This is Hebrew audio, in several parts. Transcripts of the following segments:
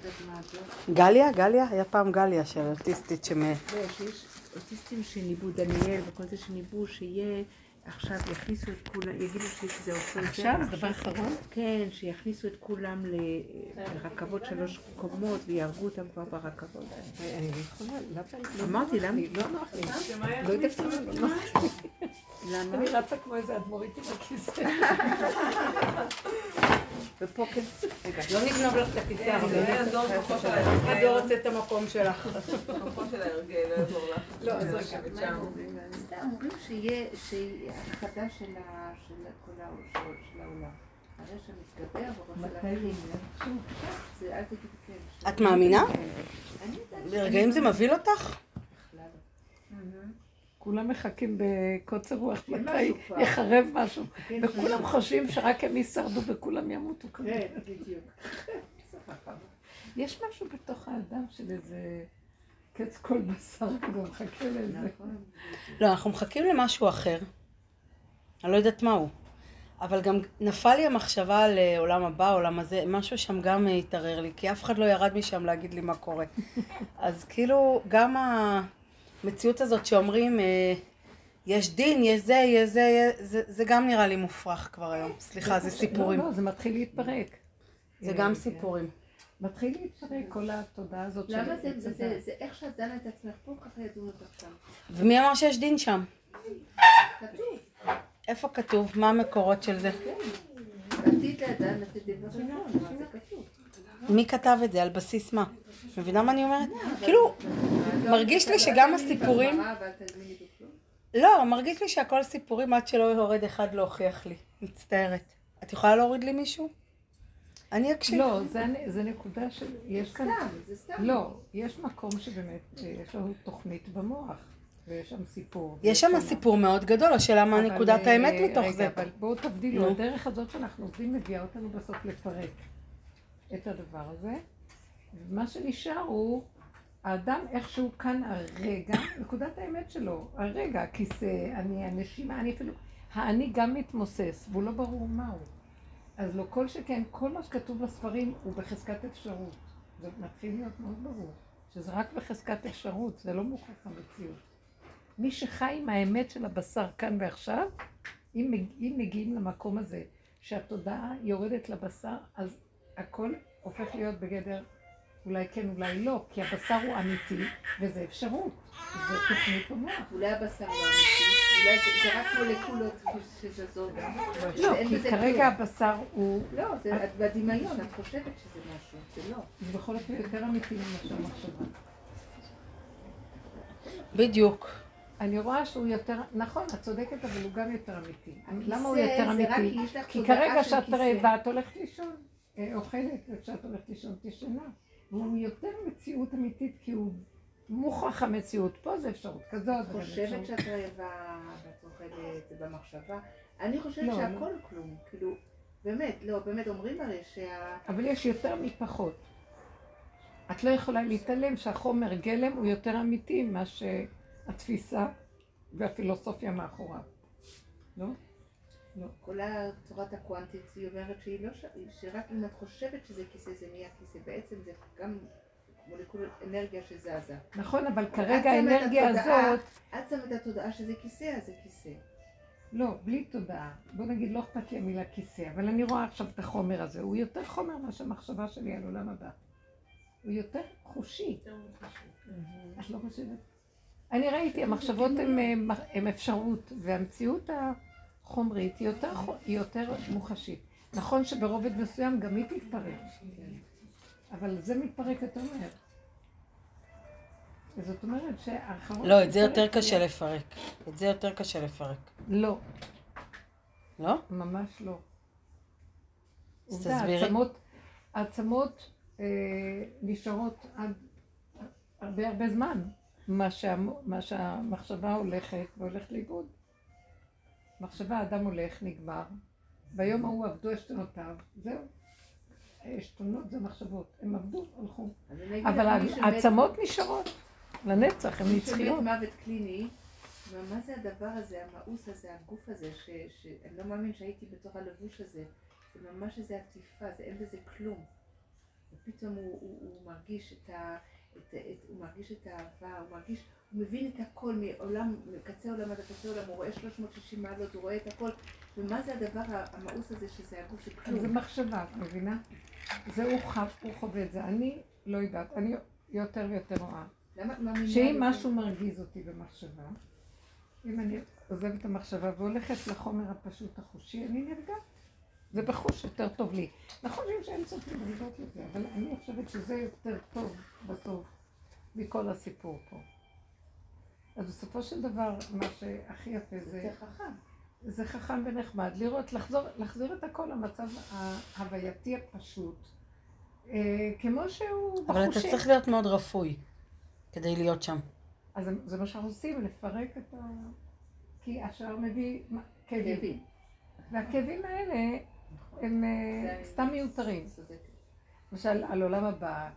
גליה? היה פעם גליה של אוטיסטית יש אוטיסטים שניבאו, דניאל וכל זה שניבאו, שיהיה עכשיו יכניסו את כולם, יגידו שזה עושה את זה. עכשיו, זה דבר אחרון? כן, שיכניסו את כולם לרכבות 3 קומות ויהרגו אותם כבר ברכבות. אני יכולה, אמרתי, למה? לא נוח לי. לא יודעת למה לא נוח לי. למה? אני רצה כמו איזה אדמו"רית עם הכיסא. ופה כן. לא נגנוב לך את הכיסא הרבה. את לא רוצה את המקום שלך. המקום של ההרגל, לא יעזור לך. לא, אז רגע. סתם אומרים שיהיה הכחדה של כל העולם. הרי שמתגבר ורוצה להגיד. זה אל תגיד כן. את מאמינה? אני יודעת. ברגעים זה מביא אותך? כולם מחכים בקוצר רוח מתי יחרב משהו. וכולם חושבים שרק הם ישרדו וכולם ימותו. כן, בדיוק. יש משהו בתוך האדם של איזה קץ כל בשר, הוא מחכה לזה. לא, אנחנו מחכים למשהו אחר. אני לא יודעת מהו. אבל גם נפל לי המחשבה על עולם הבא, עולם הזה, משהו שם גם התערער לי, כי אף אחד לא ירד משם להגיד לי מה קורה. אז כאילו, גם המציאות הזאת שאומרים, יש דין, יש זה, יש זה, זה גם נראה לי מופרך כבר היום. סליחה, זה סיפורים. לא, זה מתחיל להתפרק. זה גם סיפורים. מתחיל להתפרק כל התודעה הזאת. למה זה איך שאת דנה את עצמך פה, ככה ידעו אותך שם. ומי אמר שיש דין שם? כתוב. איפה כתוב? מה המקורות של זה? עתיד לאדם לתת דבר ראשון, זה כתוב. מי כתב את זה? על בסיס מה? מבינה מה אני אומרת? כאילו, מרגיש לי שגם הסיפורים... לא, מרגיש לי שהכל סיפורים עד שלא יורד אחד להוכיח לי. מצטערת. את יכולה להוריד לי מישהו? אני אקשיב. לא, זה נקודה של... יש כאן... זה סתם. לא, יש מקום שבאמת יש לנו תוכנית במוח. ויש שם סיפור. יש שם סיפור מאוד גדול, השאלה מה נקודת האמת מתוך זה. רגע, אבל בואו תבדילו, הדרך הזאת שאנחנו עובדים מביאה אותנו בסוף לפרק את הדבר הזה. ומה שנשאר הוא, האדם איכשהו כאן הרגע, נקודת האמת שלו, הרגע, הכיסא, אני, הנשימה, אני אפילו, האני גם מתמוסס, והוא לא ברור מהו. אז לא כל שכן, כל מה שכתוב בספרים הוא בחזקת אפשרות. זה מתחיל להיות מאוד ברור, שזה רק בחזקת אפשרות, זה לא מוכרח המציאות. מי שחי עם האמת של הבשר כאן ועכשיו, אם מגיעים למקום הזה שהתודעה יורדת לבשר, אז הכל הופך להיות בגדר אולי כן, אולי לא, כי הבשר הוא אמיתי, וזה אפשרות, זה תוכנית במוח. אולי הבשר לא אמיתי, אולי זה רק מולקולות שזזות. לא, כי כרגע הבשר הוא... לא, זה בדמיון, את חושבת שזה משהו, זה לא. זה בכל אופן יותר אמיתי למשל מחשבה. בדיוק. אני רואה שהוא יותר, נכון, את צודקת, אבל הוא גם יותר אמיתי. למה הוא יותר אמיתי? כי כרגע שאת רעבה, את הולכת לישון, אוכלת, וכשאת הולכת לישון תשנה. והוא יותר מציאות אמיתית, כי הוא מוכרח המציאות. פה זה אפשרות כזאת. את חושבת שאת רעבה, ואת אוכלת במחשבה? אני חושבת שהכל כלום, כאילו, באמת, לא, באמת אומרים הרי אבל יש יותר מפחות. את לא יכולה להתעלם שהחומר גלם הוא יותר אמיתי מה שהתפיסה והפילוסופיה מאחוריו. לא? לא. כל הצורת הקוונטית היא אומרת שרק אם את חושבת שזה כיסא זה נהיה כיסא, בעצם זה גם מולקול אנרגיה שזזה. נכון, אבל כרגע האנרגיה הזאת... את שמת את התודעה שזה כיסא, אז זה כיסא. לא, בלי תודעה. בוא נגיד, לא אכפת לי המילה כיסא, אבל אני רואה עכשיו את החומר הזה. הוא יותר חומר מה שהמחשבה שלי על עולם הבא. הוא יותר חושי. את לא חושבת? אני ראיתי, המחשבות הן אפשרות, והמציאות החומרית היא יותר מוחשית. נכון שברובד מסוים גם היא תתפרק, אבל זה מתפרק יותר מהר. זאת אומרת שהאחרון... לא, את זה יותר קשה לפרק. את זה יותר קשה לפרק. לא. לא? ממש לא. אז תסבירי. העצמות נשארות עד הרבה זמן, מה שהמחשבה הולכת והולכת לאיבוד. מחשבה, האדם הולך, נגמר, ביום ההוא עבדו אשתונותיו, זהו. אשתונות זה מחשבות, הם עבדו, הלכו. אבל העצמות נשארות, לנצח, הן נצחיות. מי שמת מוות קליני, מה זה הדבר הזה, המאוס הזה, הגוף הזה, שאני לא מאמין שהייתי בתוך הלבוש הזה, זה ממש איזו עטיפה, אין בזה כלום. ופתאום הוא מרגיש הוא מרגיש את האהבה, הוא מבין את הכל מעולם, מקצה עולם עד קצה עולם, הוא רואה 360 מעלות, הוא רואה את הכל, ומה זה הדבר המאוס הזה שזה הגוף, זה כלום. זה מחשבה, את מבינה? זה הוא חווה את זה, אני לא יודעת, אני יותר ויותר רואה. שאם משהו מרגיז אותי במחשבה, אם אני עוזבת את המחשבה והולכת לחומר הפשוט החושי, אני נרגעת. זה בחוש יותר טוב לי. נכון שאין צריך לדרגות לזה, אבל אני חושבת שזה יותר טוב בסוף מכל הסיפור פה. אז בסופו של דבר, מה שהכי יפה זה חכם. זה חכם ונחמד, לראות, להחזיר את הכל למצב ההווייתי הפשוט, כמו שהוא בחושים. אבל אתה צריך להיות מאוד רפוי כדי להיות שם. אז זה מה שאנחנו עושים, לפרק את כי השאר מביא כאבים. והכאבים האלה הם סתם מיותרים. למשל, על עולם הבא,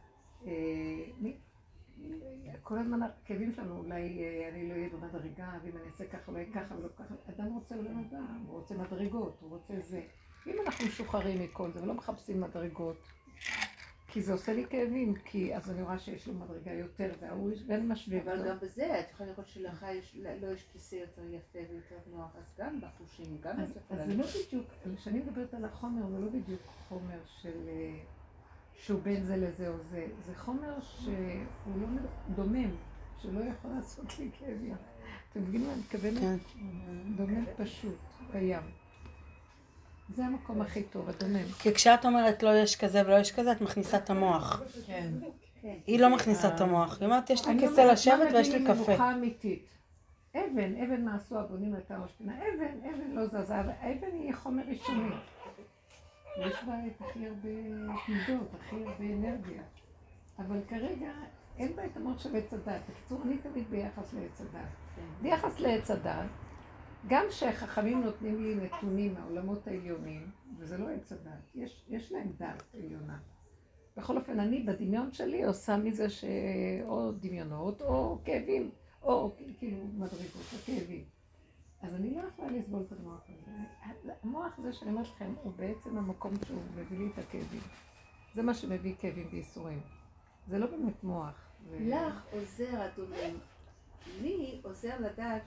כל הזמן הכאבים שלנו, אולי אני לא אהיה במדרגה, ואם אני אעשה ככה, אולי ככה ולא ככה. אדם רוצה עולם הבא, הוא רוצה מדרגות, הוא רוצה זה. אם אנחנו משוחררים מכל זה ולא מחפשים מדרגות, כי זה עושה לי כאבים, כי אז אני רואה שיש לו מדרגה יותר, ואני משווה. אבל גם בזה, את יכולה לראות שלך לא יש כיסא יותר יפה ויותר נוח, אז גם בחושים, גם את יכולה. אז זה לא בדיוק, כשאני מדברת על החומר, זה לא בדיוק חומר שהוא בין זה לזה או זה. זה חומר שהוא לא דומם, שלא יכול לעשות לי כאבים. אתם מבינים מה אני מתכוונת? כן. דומם פשוט, בים. זה המקום הכי טוב, הדומם. כי כשאת אומרת לא יש כזה ולא יש כזה, את מכניסה את המוח. כן. היא לא מכניסה את המוח. היא אומרת, יש לי כיסא לשבת ויש לי מה מביא לי קפה. מנוחה אמיתית? אבן מה עשו הבונים הייתה משפינה. אבן לא זזה, האבן היא חומר ראשוני. יש בה את הכי הרבה תמידות, הכי הרבה אנרגיה. אבל כרגע אין בה את המוח של עץ הדת. בקיצור, אני תמיד ביחס לעץ הדת. ביחס לעץ הדת, גם שהחכמים נותנים לי נתונים מהעולמות העליונים, וזה לא עץ הדת, יש להם דת עליונה. בכל אופן, אני בדמיון שלי עושה מזה או דמיונות, או כאבים, או כאילו מדרגות, או כאבים. אז אני לא יכולה לסבול את המוח הזה. המוח הזה שאני אומרת לכם, הוא בעצם המקום שהוא מביא לי את הכאבים. זה מה שמביא כאבים וייסורים. זה לא באמת מוח. לך עוזר הדומם. לי עוזר לדעת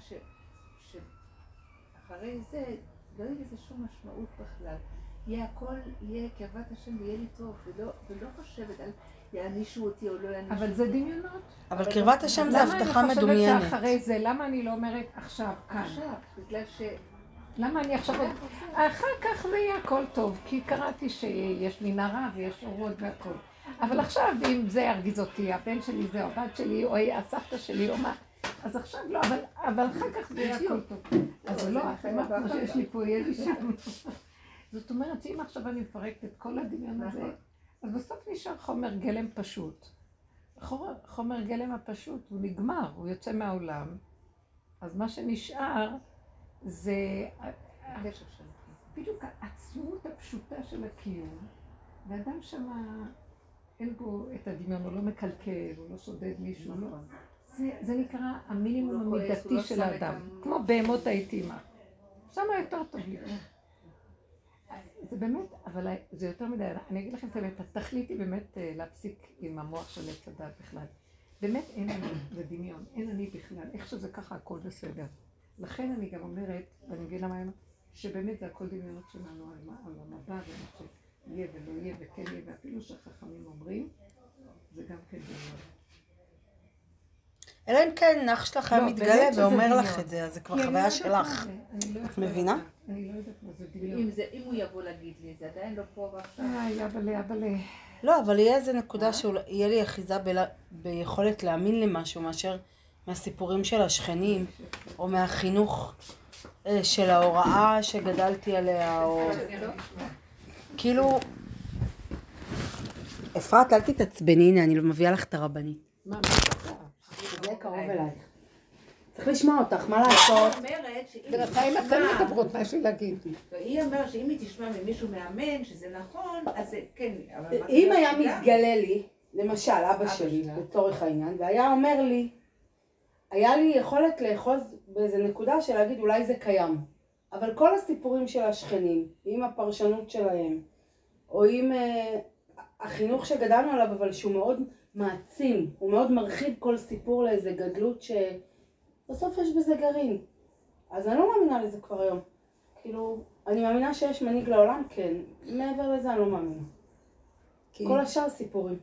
שאחרי זה לא יהיה לזה שום משמעות בכלל. יהיה הכל, יהיה קרבת השם ויהיה לי טוב, ולא חושבת על יענישו אותי או לא יענישו אותי. אבל זה דמיונות. אבל קרבת השם זה הבטחה מדומיינת. למה אני חושבת שאחרי זה, למה אני לא אומרת עכשיו, כאן? עכשיו, בגלל ש... למה אני עכשיו... אחר כך זה יהיה הכל טוב, כי קראתי שיש מנהרה ויש אורות והכל. אבל עכשיו, אם זה ירגיז אותי, הבן שלי זה, הבת שלי, או הסבתא שלי, או מה, אז עכשיו לא, אבל אחר כך זה יהיה הכל טוב. אז לא, מה שיש לי פה, יהיה לי שם. זאת אומרת, אם עכשיו אני מפרקת את כל הדמיון הזה, אז בסוף נשאר חומר גלם פשוט. חומר גלם הפשוט, הוא נגמר, הוא יוצא מהעולם. אז מה שנשאר זה בדיוק העצמות הפשוטה של הקיום, ואדם שמה אין בו את הדמיון, הוא לא מקלקל, הוא לא שודד מישהו, לא. זה נקרא המינימום המידתי של האדם, כמו בהמות העיתים. שמה יותר טוב לי. זה באמת, אבל זה יותר מדי, אני אגיד לכם את האמת, התכלית היא באמת להפסיק עם המוח של עץ הדת בכלל. באמת אין אני, זה דמיון, אין אני בכלל, איך שזה ככה הכל בסדר. לכן אני גם אומרת, ואני מבינה מה אומרת, שבאמת זה הכל דמיונות שלנו על המדע, ומה שיהיה ולא יהיה וכן יהיה, ואפילו שהחכמים אומרים, זה גם כן דמיון. אלא אם כן נח שלך היה מתגלה ואומר לך את זה, אז זה כבר חוויה שלך. את מבינה? אני לא יודעת מה זה דמיון. אם הוא יבוא להגיד לי, זה עדיין לא פה ועכשיו. אבלה. לא, אבל יהיה איזה נקודה שיהיה לי אחיזה ביכולת להאמין למשהו מאשר מהסיפורים של השכנים, או מהחינוך של ההוראה שגדלתי עליה, או... כאילו... אפרת, אל תתעצבני, הנה, אני מביאה לך את הרבנית. מה? זה קרוב אלייך. צריך לשמוע אותך, מה לעשות? בינתיים אתן מדברות, מה יש לי להגיד? היא אומרת שאם היא תשמע ממישהו מאמן שזה נכון, אז זה כן. אם היה מתגלה לי, למשל אבא שלי, לצורך העניין, והיה אומר לי, היה לי יכולת לאחוז באיזה נקודה של להגיד אולי זה קיים. אבל כל הסיפורים של השכנים, עם הפרשנות שלהם, או עם החינוך שגדלנו עליו, אבל שהוא מאוד מעצים, הוא מאוד מרחיב כל סיפור לאיזה גדלות שבסוף יש בזה גרעין. אז אני לא מאמינה לזה כבר היום. כאילו, אני מאמינה שיש מנהיג לעולם, כן. מעבר לזה אני לא מאמינה. כל השאר סיפורים.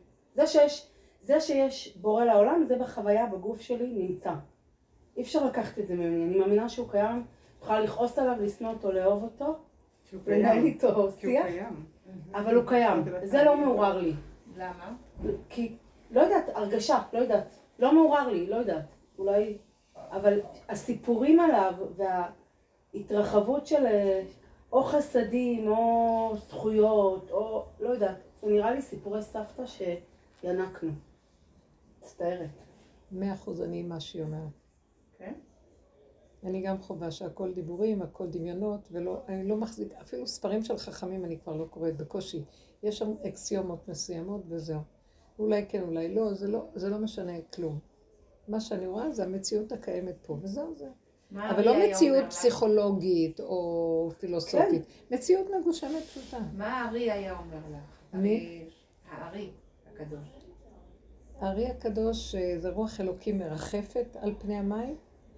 זה שיש בורא לעולם, זה בחוויה, בגוף שלי, נמצא. אי אפשר לקחת את זה ממני. אני מאמינה שהוא קיים, תוכל לכעוס עליו, לשנוא אותו, לאהוב אותו, לנהל איתו שיח. אבל הוא קיים. זה לא מעורר לי. למה? כי, לא יודעת, הרגשה, לא יודעת. לא מעורר לי, לא יודעת. אולי, אבל הסיפורים עליו וההתרחבות של או חסדים, או זכויות, או לא יודעת. זה נראה לי סיפורי סבתא שינקנו. מצטערת. 100% אני מה שהיא אומרת. כן? אני גם חובה שהכל דיבורים, הכל דמיונות, ואני לא מחזיק, אפילו ספרים של חכמים אני כבר לא קוראת בקושי. יש שם אקסיומות מסוימות וזהו. אולי כן, אולי לא, זה לא משנה כלום. מה שאני רואה זה המציאות הקיימת פה, וזהו זה. אבל לא מציאות פסיכולוגית או פילוסופית. מציאות מגושמת פשוטה. מה הארי היה אומר לך? מי? הארי הקדוש. הארי הקדוש זה רוח אלוקים מרחפת על פני המים,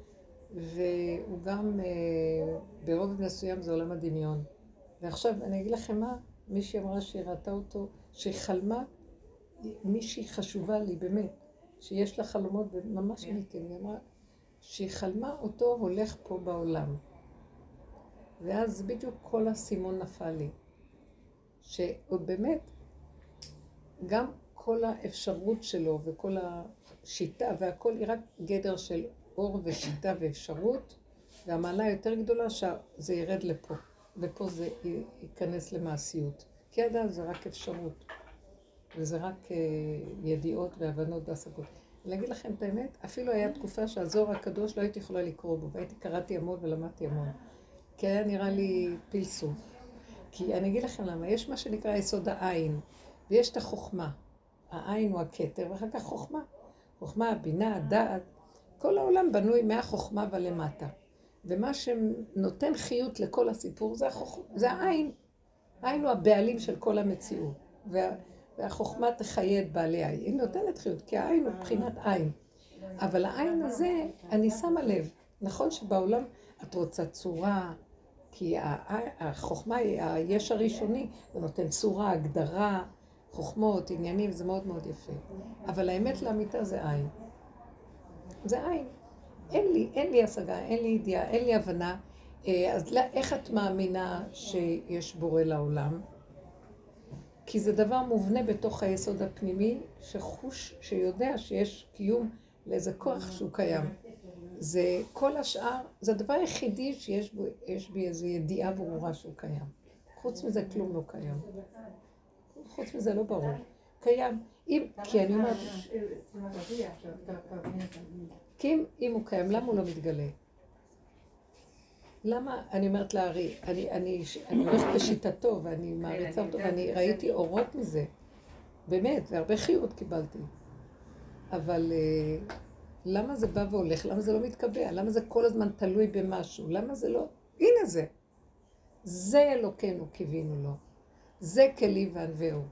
והוא גם ברובד מסוים זה עולם הדמיון. ועכשיו אני אגיד לכם מה, מישהי אמרה שהיא ראתה אותו, שהיא חלמה, מישהי חשובה לי באמת, שיש לה חלומות ממש אמיתיים, היא אמרה שהיא חלמה אותו הולך פה בעולם. ואז בדיוק כל הסימון נפל לי, שהוא באמת, גם כל האפשרות שלו וכל השיטה והכל היא רק גדר של אור ושיטה ואפשרות, והמעלה יותר גדולה שזה ירד לפה, ופה זה ייכנס למעשיות. כי עדיין זה רק אפשרות, וזה רק ידיעות והבנות והשגות. אני אגיד לכם את האמת, אפילו היה תקופה שהזוהר הקדוש לא הייתי יכולה לקרוא בו, והייתי קראתי המון ולמדתי המון, כי היה נראה לי פילסוף. כי אני אגיד לכם למה, יש מה שנקרא יסוד העין, ויש את החוכמה. העין הוא הכתר, ואחר כך חוכמה. חוכמה, הבינה, הדעת. כל העולם בנוי מהחוכמה ולמטה. ומה שנותן חיות לכל הסיפור זה העין. העין הוא הבעלים של כל המציאות. והחוכמה תחיה את בעלי העין. היא נותנת חיות, כי העין הוא מבחינת עין. אבל העין הזה, אני שמה לב, נכון שבעולם את רוצה צורה, כי החוכמה היא היש הראשוני, זה נותן צורה, הגדרה, חוכמות, עניינים, זה מאוד מאוד יפה. אבל האמת לאמיתה זה עין. זה עין. אין לי השגה, אין לי ידיעה, אין לי הבנה. אז איך את מאמינה שיש בורא לעולם? כי זה דבר מובנה בתוך היסוד הפנימי, שחוש שיודע שיש קיום לאיזה כוח שהוא קיים. זה כל השאר, זה הדבר היחידי שיש בי איזו ידיעה ברורה שהוא קיים. חוץ מזה כלום לא קיים. חוץ מזה לא ברור. קיים. כי אני אומרת, כי אם הוא קיים, למה הוא לא מתגלה? למה, אני אומרת לארי, אני הולכת בשיטתו ואני מעריצה אותו ואני ראיתי אורות מזה. באמת, והרבה חיות קיבלתי. אבל למה זה בא והולך? למה זה לא מתקבע? למה זה כל הזמן תלוי במשהו? למה זה לא? הנה זה. זה אלוקינו קיווינו לו. זה כלי וענווהו.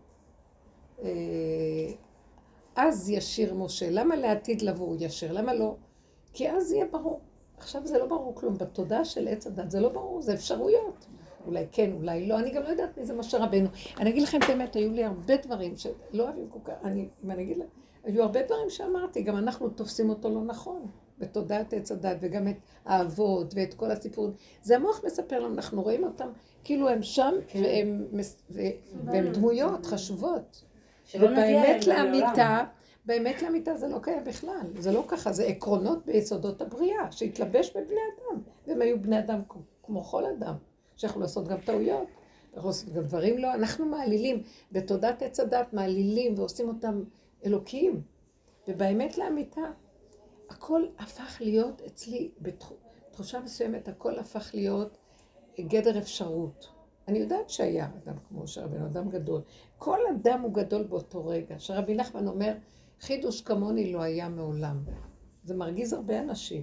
אז ישיר משה. למה לעתיד לבוא הוא ישיר? למה לא? כי אז יהיה ברור. עכשיו זה לא ברור כלום. בתודעה של עץ הדת זה לא ברור, זה אפשרויות. אולי כן, אולי לא. אני גם לא יודעת מי זה משה רבנו. אני אגיד לכם את האמת, היו לי הרבה דברים שלא אוהבים כל כך. אם אני אגיד להם, היו הרבה דברים שאמרתי, גם אנחנו תופסים אותו לא נכון. בתודעת עץ הדת, וגם את האבות ואת כל הסיפורים. זה המוח מספר לנו, אנחנו רואים אותם כאילו הם שם, והם דמויות חשובות. ובאמת לאמיתה, באמת לאמיתה זה לא קיים בכלל. זה לא ככה, זה עקרונות ביסודות הבריאה, שהתלבש בבני אדם. והם היו בני אדם כמו כל אדם, שיכולו לעשות גם טעויות, יכולו לעשות גם דברים לא. אנחנו מעלילים, בתודעת עץ הדת מעלילים ועושים אותם אלוקיים. ובאמת לאמיתה, הכל הפך להיות אצלי, בתחושה מסוימת, הכל הפך להיות גדר אפשרות. אני יודעת שהיה אדם כמו שרבנו, אדם גדול. כל אדם הוא גדול באותו רגע. שרבי נחמן אומר, חידוש כמוני לא היה מעולם. זה מרגיז הרבה אנשים.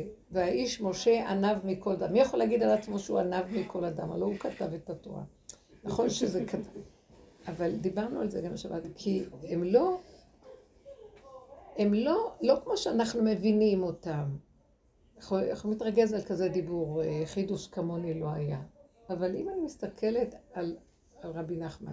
והאיש משה ענב מכל אדם. מי יכול להגיד על עצמו שהוא ענב מכל אדם? הלא הוא כתב את התורה. נכון שזה קטן. אבל דיברנו על זה גם השבת, כי הם לא כמו שאנחנו מבינים אותם. אנחנו מתרגז על כזה דיבור, חידוש כמוני לא היה. אבל אם אני מסתכלת על רבי נחמן,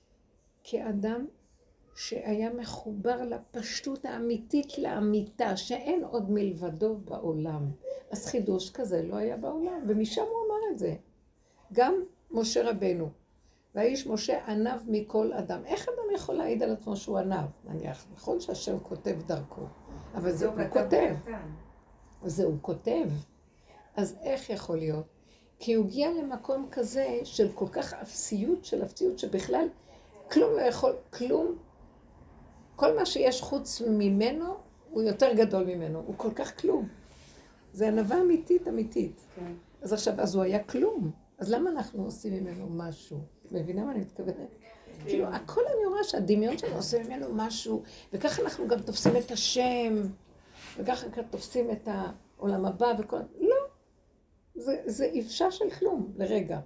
כאדם שהיה מחובר לפשטות האמיתית לאמיתה, שאין עוד מלבדו בעולם, אז חידוש כזה לא היה בעולם, ומשם הוא אמר את זה. גם משה רבנו, והאיש משה ענב מכל אדם. איך אדם יכול להעיד על עצמו שהוא ענב? נניח, נכון שהשם כותב דרכו, אבל זה הוא כותב. זה הוא כותב. אז איך יכול להיות? כי הוא הגיע למקום כזה של כל כך אפסיות של אפסיות, שבכלל כלום לא יכול, כלום, כל מה שיש חוץ ממנו הוא יותר גדול ממנו, הוא כל כך כלום. זה ענווה אמיתית, אמיתית. כן. אז עכשיו, אז הוא היה כלום. אז למה אנחנו עושים ממנו משהו? מבינה מה אני מתכוונת? כאילו, הכל אני רואה שהדמיון שלנו עושה ממנו משהו, וככה אנחנו גם תופסים את השם, וככה גם תופסים את העולם הבא וכל... לא. זה אפשר של כלום, לרגע.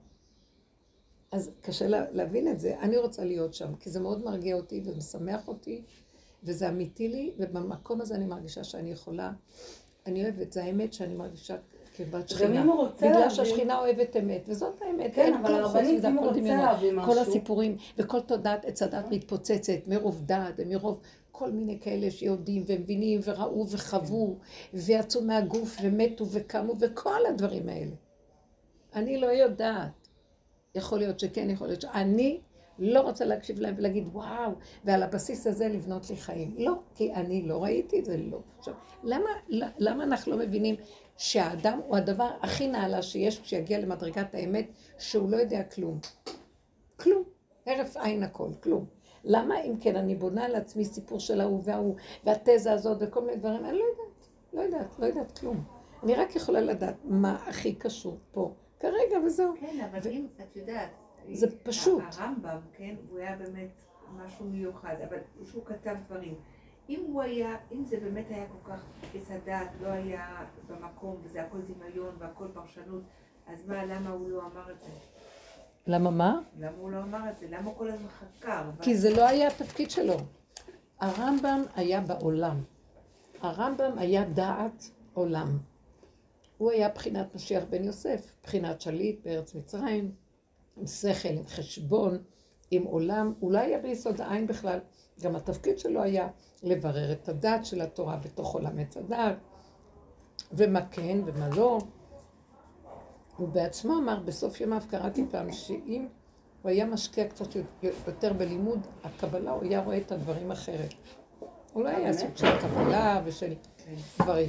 אז קשה להבין את זה. אני רוצה להיות שם, כי זה מאוד מרגיע אותי ומשמח אותי, וזה אמיתי לי, ובמקום הזה אני מרגישה שאני יכולה, אני אוהבת, זה האמת שאני מרגישה כבת שכינה. בגלל שהשכינה אוהבת אמת, וזאת האמת. כן, אבל הרבנית, אם הוא רוצה להביא משהו. כל הסיפורים, וכל תודעת עץ הדת מתפוצצת, מרוב דעת, ומרוב כל מיני כאלה שיודעים ומבינים וראו וחוו, ויצאו מהגוף ומתו וקמו, וכל הדברים האלה. אני לא יודעת. יכול להיות שכן, יכול להיות שאני לא רוצה להקשיב להם ולהגיד וואו, ועל הבסיס הזה לבנות לי חיים. לא, כי אני לא ראיתי את זה, לא. עכשיו, למה אנחנו לא מבינים שהאדם הוא הדבר הכי נעלה שיש כשיגיע למדרגת האמת, שהוא לא יודע כלום. כלום. הרף עין הכל, כלום. למה אם כן אני בונה על עצמי סיפור של ההוא וההוא, והתזה הזאת וכל מיני דברים, אני לא יודעת כלום. אני רק יכולה לדעת מה הכי קשור פה. כרגע וזהו. כן, אבל אם את יודעת, זה פשוט. הרמב"ם, כן, הוא היה באמת משהו מיוחד, אבל שהוא כתב דברים. אם זה באמת היה כל כך כסדת, לא היה במקום, וזה הכל דמיון והכל פרשנות, אז למה הוא לא אמר את זה? למה מה? למה הוא לא אמר את זה? למה הוא כל הזמן חקר? כי זה לא היה התפקיד שלו. הרמב"ם היה בעולם. הרמב"ם היה דעת עולם. הוא היה בחינת משיח בן יוסף, בחינת שליט בארץ מצרים, עם שכל, עם חשבון, עם עולם. הוא לא היה ביסוד העין בכלל. גם התפקיד שלו היה לברר את הדעת של התורה בתוך עולם עץ הדעת, ומה כן ומה לא. הוא בעצמו אמר, בסוף ימיו קראתי פעם, שאם הוא היה משקיע קצת יותר בלימוד הקבלה, הוא היה רואה את הדברים אחרת. הוא לא היה סוג של קבלה ושל דברים.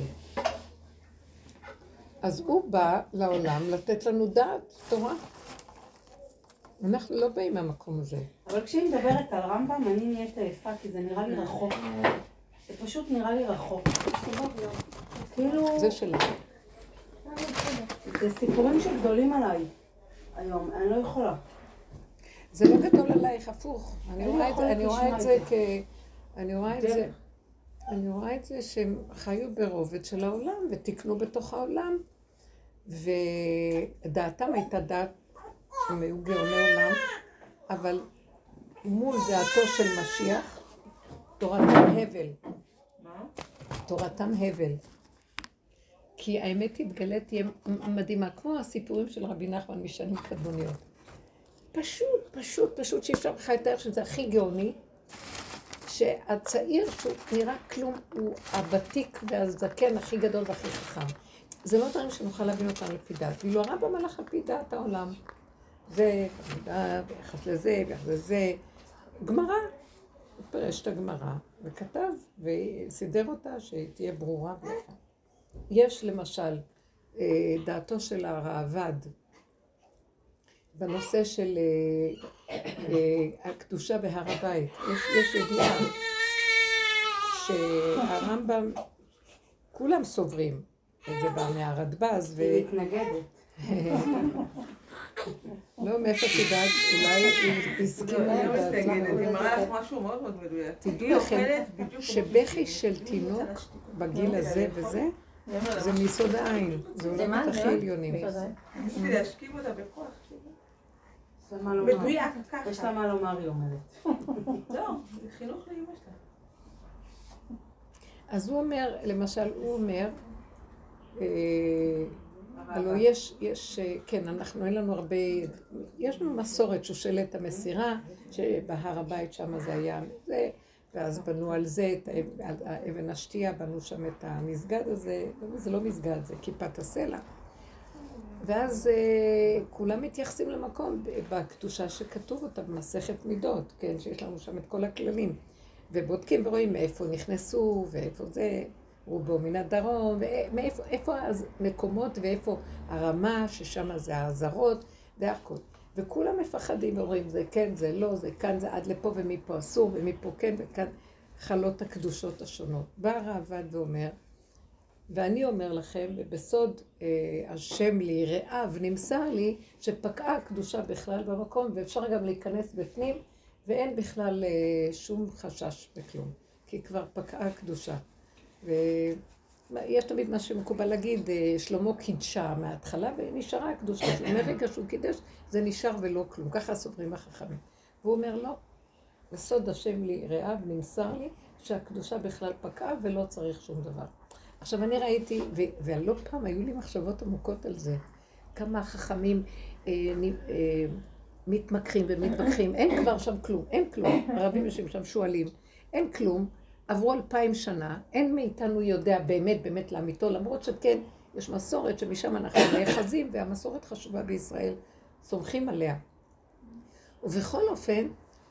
אז הוא בא לעולם לתת לנו דעת, תורה. אנחנו לא באים מהמקום הזה. אבל כשאני מדברת על רמב"ם, אני נהיית עייפה, כי זה נראה לי רחוק. זה פשוט נראה לי רחוק. כאילו... זה שלנו. זה סיפורים שגדולים עליי היום, אני לא יכולה. זה לא גדול עלייך, הפוך. אני רואה את זה שהם חיו ברובד של העולם ותקנו בתוך העולם, ודעתם הייתה דעת, הם היו גאוני עולם, אבל מול דעתו של משיח, תורתם הבל. תורתם הבל. כי האמת התגלית תהיה מדהימה, כמו הסיפורים של רבי נחמן משנים קדמוניות. פשוט שאפשר לך לתאר שזה הכי גאוני, שהצעיר שהוא נראה כלום הוא הוותיק והזקן הכי גדול והכי חכם. זה לא דברים שנוכל להבין אותם לפי דעת. ואילו הרמב"ם הלך על פי דעת העולם. זה ביחס לזה, ביחס לזה. גמרא, הוא פירש את הגמרא וכתב וסידר אותה שתהיה ברורה ויפה. יש למשל דעתו של הראב"ד בנושא של הקדושה בהר הבית. יש ידיעה שהרמב"ם, כולם סוברים, זה בא מהרדב"ז היא מתנגדת. לא, מאיפה תדעת, אולי היא הסכימה לדעת. היא מראה לך משהו מאוד מאוד מדויק. תדעו לכם שבכי של תינוק בגיל הזה וזה, זה מיסוד העין, זה עולמות הכי עליונים. ניסיתי להשכיב אותה בכוח. לה מה לומר. מדויק, ככה. יש לה מה לומר, היא אומרת. לא, זה חינוך לאמא שלה. אז הוא אומר, למשל, הוא אומר, הלוא יש, כן, אנחנו אין לנו הרבה, יש לנו מסורת שושלת המסירה, שבהר הבית שם זה היה זה, ואז בנו על זה, על אבן השתייה, בנו שם את המסגד הזה, זה לא מסגד, זה כיפת הסלע. ואז כולם מתייחסים למקום בקדושה שכתוב אותה במסכת מידות, כן, שיש לנו שם את כל הכללים. ובודקים ורואים מאיפה נכנסו, ואיפה זה, רובו מן הדרום, ואיפה המקומות ואיפה הרמה, ששם זה העזרות, זה הכל. וכולם מפחדים ואומרים, זה כן, זה לא, זה כאן, זה עד לפה ומפה אסור, ומפה כן, וכאן חלות הקדושות השונות. בא הרעב"ד ואומר, ואני אומר לכם, ובסוד השם לי, רעב, נמסר לי, שפקעה הקדושה בכלל במקום, ואפשר גם להיכנס בפנים, ואין בכלל שום חשש בכלום, כי כבר פקעה הקדושה. ויש תמיד מה שמקובל להגיד, שלמה קידשה מההתחלה, ונשארה הקדושה. מרגע שהוא קידש, זה נשאר ולא כלום. ככה סוברים החכמים. והוא אומר, לא, בסוד השם לי רעב, נמסר לי, שהקדושה בכלל פקעה ולא צריך שום דבר. עכשיו אני ראיתי, והלא פעם היו לי מחשבות עמוקות על זה, כמה החכמים מתמקחים ומתווכחים, אין כבר שם כלום, אין כלום, הרבים יושבים שם שואלים, אין כלום, עברו 2000 שנה, אין מאיתנו יודע באמת לאמיתו, למרות שכן, יש מסורת שמשם אנחנו נאחזים, והמסורת חשובה בישראל, סומכים עליה. ובכל אופן,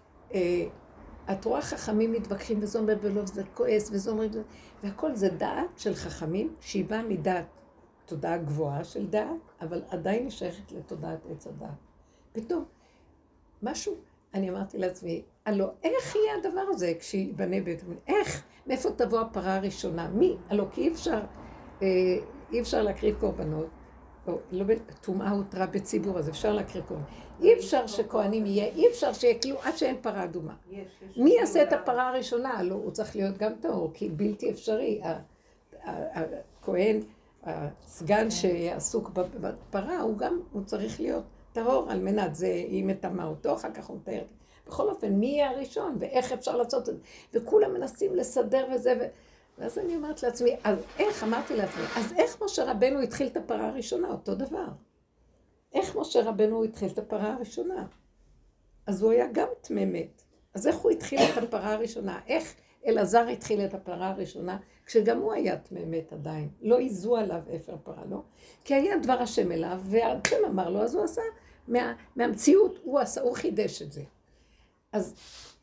את רואה חכמים מתווכחים, וזה אומר בלוב, זה כועס, וזה אומר, והכל זה דעת של חכמים, שהיא באה מדעת, תודעה גבוהה של דעת, אבל עדיין נשייכת לתודעת עץ הדעת. פתאום, משהו, אני אמרתי לעצמי, הלא, איך יהיה הדבר הזה כשיבנה בית? איך? מאיפה תבוא הפרה הראשונה? מי? הלא, כי אי אפשר להקריב קורבנות, לא טומאה הותרה בציבור, אז אפשר להקריב קורבנות. אי אפשר שכהנים יהיה, אי אפשר שיקלו עד שאין פרה אדומה. מי יעשה את הפרה הראשונה? הלא, הוא צריך להיות גם טהור, כי בלתי אפשרי. הכהן, הסגן שעסוק בפרה, הוא צריך להיות טהור על מנת, זה היא מטמאה אותו, אחר כך הוא מתאר. בכל אופן, מי יהיה הראשון ואיך אפשר לעשות את זה? וכולם מנסים לסדר וזה, ואז אני אומרת לעצמי, אז איך, אמרתי לעצמי, אז איך משה רבנו התחיל את הפרה הראשונה? אותו דבר. איך משה רבנו התחיל את הפרה הראשונה? אז הוא היה גם תממת. אז איך הוא התחיל את הפרה הראשונה? איך אלעזר התחיל את הפרה הראשונה? כשגם הוא היה תממת עדיין. לא איזו עליו אפר פרה, לא? כי היה דבר השם אליו, והשם אמר לו, אז הוא עשה, מהמציאות הוא חידש את זה. אז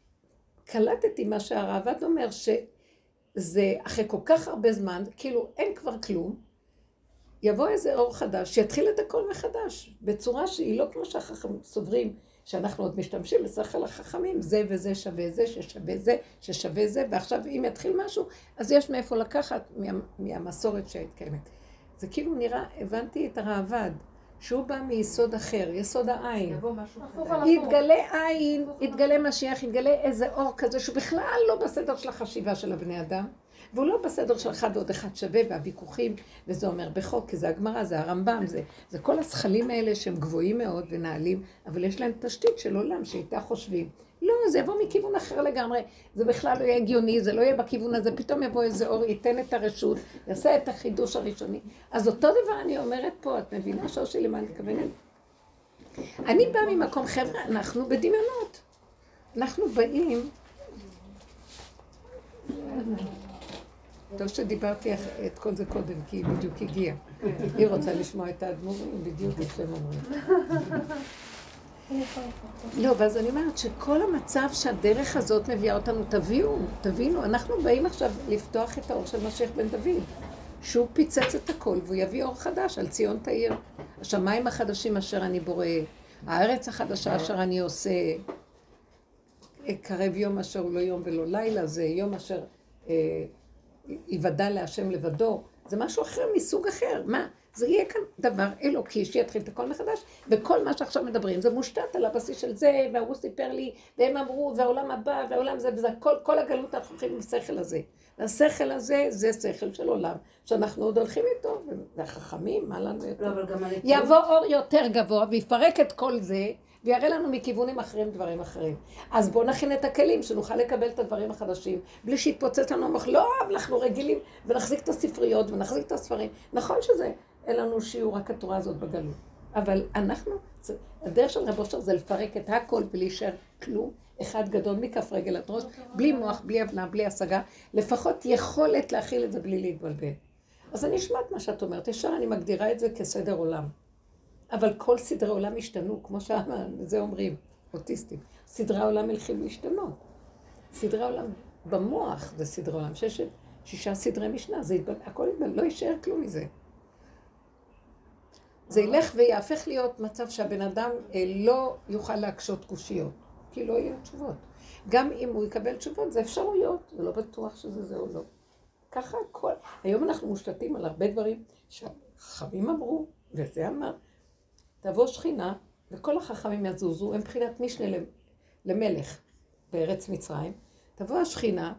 קלטתי מה שהרעב"ד אומר, שזה אחרי כל כך הרבה זמן, כאילו אין כבר כלום, יבוא איזה אור חדש, שיתחיל את הכל מחדש, בצורה שהיא לא כמו שהחכמים סוברים, שאנחנו עוד משתמשים בשכל החכמים, זה וזה שווה זה, ששווה זה, ששווה זה, ועכשיו אם יתחיל משהו, אז יש מאיפה לקחת מהמסורת שהתקיימת. זה כאילו נראה, הבנתי את הרעב"ד, שהוא בא מיסוד אחר, יסוד העין. יתגלה עין, יתגלה משיח, יתגלה איזה אור כזה, שהוא בכלל לא בסדר של החשיבה של הבני אדם, והוא לא בסדר של אחד ועוד אחד שווה, והוויכוחים, וזה אומר בחוק, כי זה הגמרא, זה הרמב"ם, זה כל השכלים האלה שהם גבוהים מאוד ונעלים, אבל יש להם תשתית של עולם שאיתה חושבים. לא, זה יבוא מכיוון אחר לגמרי, זה בכלל לא יהיה הגיוני, זה לא יהיה בכיוון הזה, פתאום יבוא איזה אור, ייתן את הרשות, יעשה את החידוש הראשוני. אז אותו דבר אני אומרת פה, את מבינה שושי למה אני מתכוונת? אני באה ממקום, חבר'ה, אנחנו בדמיונות. אנחנו באים... טוב שדיברתי את כל זה קודם, כי היא בדיוק הגיעה. היא רוצה לשמוע את האדמו"רים, בדיוק איך שהם אומרים. לא, ואז אני אומרת שכל המצב שהדרך הזאת מביאה אותנו, תבינו, אנחנו באים עכשיו לפתוח את האור של משיח בן דוד, שהוא פיצץ את הכל והוא יביא אור חדש על ציון תאיר. השמיים החדשים אשר אני בורא, הארץ החדשה אשר אני עושה, קרב יום אשר הוא לא יום ולא לילה, זה יום אשר יוודע להשם לבדו, זה משהו אחר מסוג אחר. מה? זה יהיה כאן דבר אלוקי שיתחיל את הכל מחדש, וכל מה שעכשיו מדברים זה מושתת על הבסיס של זה, והוא סיפר לי, והם אמרו, והעולם הבא, והעולם זה, וזה כל הגלות אנחנו הולכים עם השכל הזה. והשכל הזה זה שכל של עולם, שאנחנו עוד הולכים איתו, והחכמים, מה לנו יותר? יבוא אור יותר גבוה, ויפרק את כל זה, ויראה לנו מכיוונים אחרים דברים אחרים. אז בואו נכין את הכלים, שנוכל לקבל את הדברים החדשים, בלי שיתפוצץ לנו המוח. לא, אנחנו רגילים, ונחזיק את הספריות, ונחזיק את הספרים. נכון שזה, אין לנו שיעור רק התורה הזאת בגלות. אבל אנחנו, הדרך של רב אושר זה לפרק את הכל בלי להישאר כלום, אחד גדול מכף רגל עד ראש, בלי מוח, בלי הבנה, בלי השגה, לפחות יכולת להכיל את זה בלי להתבלבל. אז אני אשמע את מה שאת אומרת, ישר אני מגדירה את זה כסדר עולם. אבל כל סדרי עולם השתנו, כמו שזה אומרים, אוטיסטים. סדרי העולם הולכים להשתנות. סדרי העולם במוח זה סדרי עולם, 6 סדרי משנה, זה הכל לא יישאר כלום מזה. זה ילך ויהפך להיות מצב שהבן אדם לא יוכל להקשות קושיות, כי לא יהיו תשובות. גם אם הוא יקבל תשובות, זה אפשרויות, זה לא בטוח שזה זה או לא. ככה הכל. היום אנחנו מושתתים על הרבה דברים שהחכמים אמרו, וזה אמר, תבוא שכינה, וכל החכמים יזוזו, הם בחינת משנה למלך בארץ מצרים, תבוא השכינה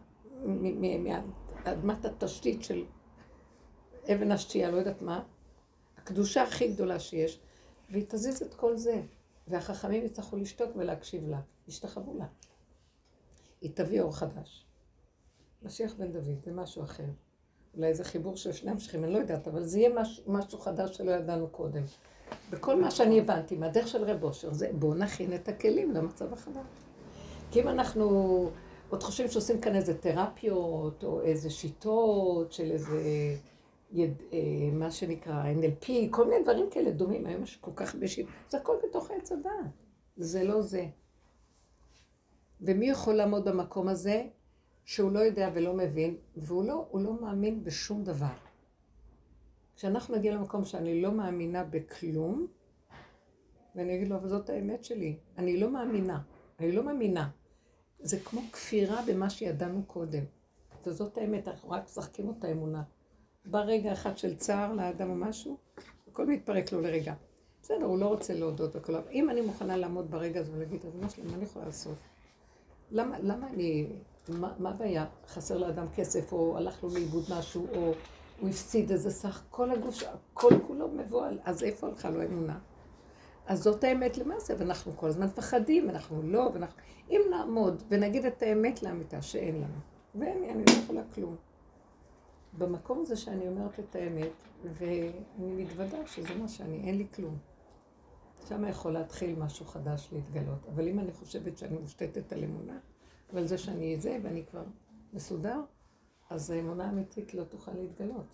מאדמת התשתית של אבן השתייה, לא יודעת מה, הקדושה הכי גדולה שיש, והיא תזיז את כל זה, והחכמים יצטרכו לשתוק ולהקשיב לה, ישתחוו לה. היא תביא אור חדש. משיח בן דוד, זה משהו אחר. אולי איזה חיבור של שני המשכים, אני לא יודעת, אבל זה יהיה משהו חדש שלא ידענו קודם. בכל מה שאני הבנתי, מהדרך של רב אושר, זה בואו נכין את הכלים למצב החדש. כי אם אנחנו עוד חושבים שעושים כאן איזה תרפיות, או איזה שיטות של איזה, מה שנקרא, NLP, כל מיני דברים כאלה דומים, היום יש כל כך בשיט, זה הכל בתוך העץ הדעת. זה לא זה. ומי יכול לעמוד במקום הזה, שהוא לא יודע ולא מבין, והוא לא מאמין בשום דבר. כשאנחנו נגיע למקום שאני לא מאמינה בכלום, ואני אגיד לו, אבל זאת האמת שלי, אני לא מאמינה. זה כמו כפירה במה שידענו קודם. וזאת האמת, אנחנו רק משחקים אותה אמונה. ברגע אחד של צער לאדם או משהו, הכל מתפרק לו לרגע. בסדר, הוא לא רוצה להודות וכל. אם אני מוכנה לעמוד ברגע הזה ולהגיד, רבנו שלי, מה אני יכולה לעשות? למה אני, מה הבעיה? חסר לאדם כסף, או הלך לו לאיבוד משהו, או הוא הפסיד איזה סך, כל הגוף, כל כולו מבועל, אז איפה הלכה לו אמונה? אז זאת האמת למעשה, ואנחנו כל הזמן פחדים, אנחנו לא, אם נעמוד ונגיד את האמת לאמיתה שאין לנו, ואני לא יכולה כלום. במקום הזה שאני אומרת את האמת, ואני מתוודה שזה מה שאני, אין לי כלום. שם יכול להתחיל משהו חדש להתגלות, אבל אם אני חושבת שאני מושתתת על אמונה, ועל זה שאני זה ואני כבר מסודר, אז האמונה האמיתית לא תוכל להתגלות.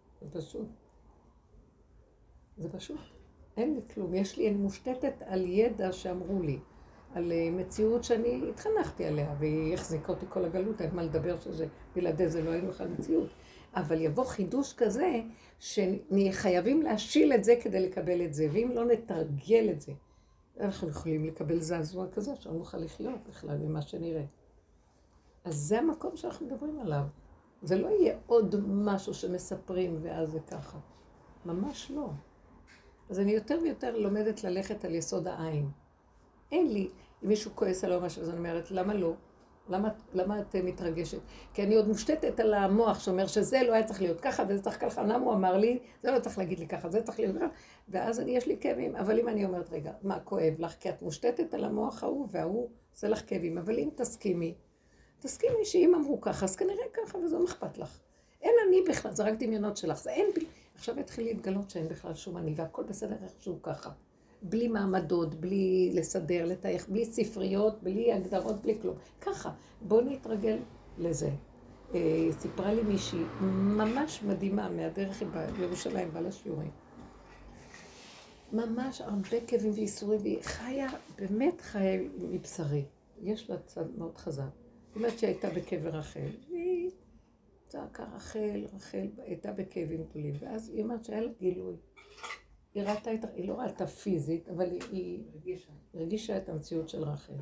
זה פשוט. אין לי כלום. אני מושתתת על ידע שאמרו לי, על מציאות שאני התחנכתי עליה, והיא החזיקה אותי כל הגלות, אין מה לדבר שזה, בלעדי זה לא היינו בכלל מציאות. אבל יבוא חידוש כזה, שנהיה חייבים להשיל את זה כדי לקבל את זה, ואם לא נתרגל את זה, אנחנו יכולים לקבל זעזוע כזה, שלא נוכל לחיות בכלל ממה שנראה. אז זה המקום שאנחנו מדברים עליו. זה לא יהיה עוד משהו שמספרים ואז זה ככה. ממש לא. אז אני יותר ויותר לומדת ללכת על יסוד העין. אין לי, אם מישהו כועס עליו משהו, אז אני אומרת, למה לא? למה את מתרגשת? כי אני עוד מושתתת על המוח שאומר שזה לא היה צריך להיות ככה וזה צריך ככה. למה הוא אמר לי? זה לא צריך להגיד לי ככה, זה צריך להיות ככה. ואז יש לי כאבים. אבל אם אני אומרת, רגע, מה כואב לך? כי את מושתתת על המוח ההוא וההוא עושה לך כאבים. אבל אם תסכימי שאם אמרו ככה, אז כנראה ככה וזה לא אכפת לך. אין אני בכלל, זה רק דמיונות שלך. זה אין בי. עכשיו התחיל להתגלות שאין בכלל שום אני, והכל בסדר איכשהו ככה. בלי מעמדות, בלי לסדר, לתאיך, בלי ספריות, בלי הגדרות, בלי כלום. ככה, בואו נתרגל לזה. סיפרה לי מישהי ממש מדהימה מהדרך בירושלים, בעל השיעורים. ממש הרבה כאבים ואיסורים, והיא חיה, באמת חיה מבשרי. יש לה צד מאוד חזק. זאת אומרת שהיא הייתה בקבר רחל, והיא צעקה רחל, הייתה בכאבים גדולים, ואז היא אומרת שהיה לה גילוי. היא לא ראתה פיזית, אבל היא הרגישה את המציאות של רחל.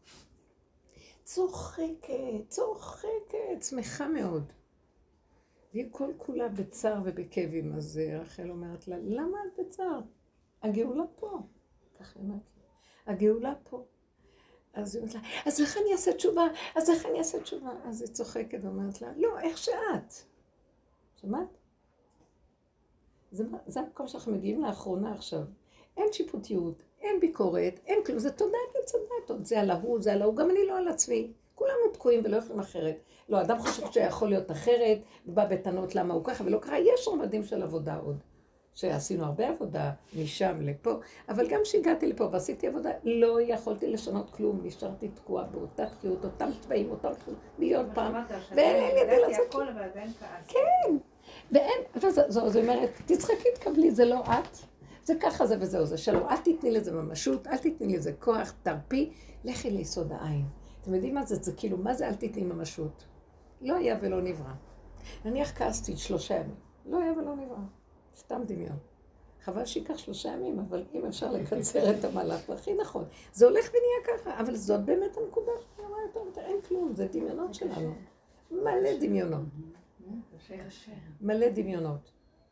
צוחקת, שמחה מאוד. והיא כל כולה בצער ובכאבים, אז רחל אומרת לה, למה את בצער? הגאולה פה. ככה היא אומרת לה, הגאולה פה. אז היא אומרת לה, אז איך אני אעשה תשובה? אז היא צוחקת ואומרת לה, לא, איך שאת? שמעת? זה המקום שאנחנו מגיעים לאחרונה עכשיו. אין שיפוטיות, אין ביקורת, אין כלום, זה תודעת וצדעת, זה על ההוא, זה על ההוא, גם אני לא על עצמי. כולנו תקועים ולא יכולים אחרת. לא, אדם חושב שיכול להיות אחרת, בא בטענות למה הוא ככה ולא ככה, יש רמדים של עבודה עוד. שעשינו הרבה עבודה משם לפה, אבל גם כשהגעתי לפה ועשיתי עבודה, לא יכולתי לשנות כלום, נשארתי תקועה באותה תקיעות, אותם צבעים, אותם תחום, מיליון פעם, ואין לי ידי לעשות כלום. כן, ואין, זאת אומרת, תצחקי, תקבלי, זה לא את, זה ככה זה וזהו, זה שלום, אל תתני לזה ממשות, אל תתני לזה כוח, תרפי, לכי ליסוד העין. אתם יודעים מה זה? זה כאילו, מה זה אל תתני ממשות? לא היה ולא נברא. נניח כעסתי 3 ימים, לא היה ולא נברא. סתם דמיון. חבל שיקח 3 ימים, אבל אם אפשר לקצר את המהלך, הכי נכון. זה הולך ונהיה ככה, אבל זאת באמת הנקודה שאני רואה יותר, אין כלום, זה דמיונות שלנו. מלא דמיונות. מלא דמיונות.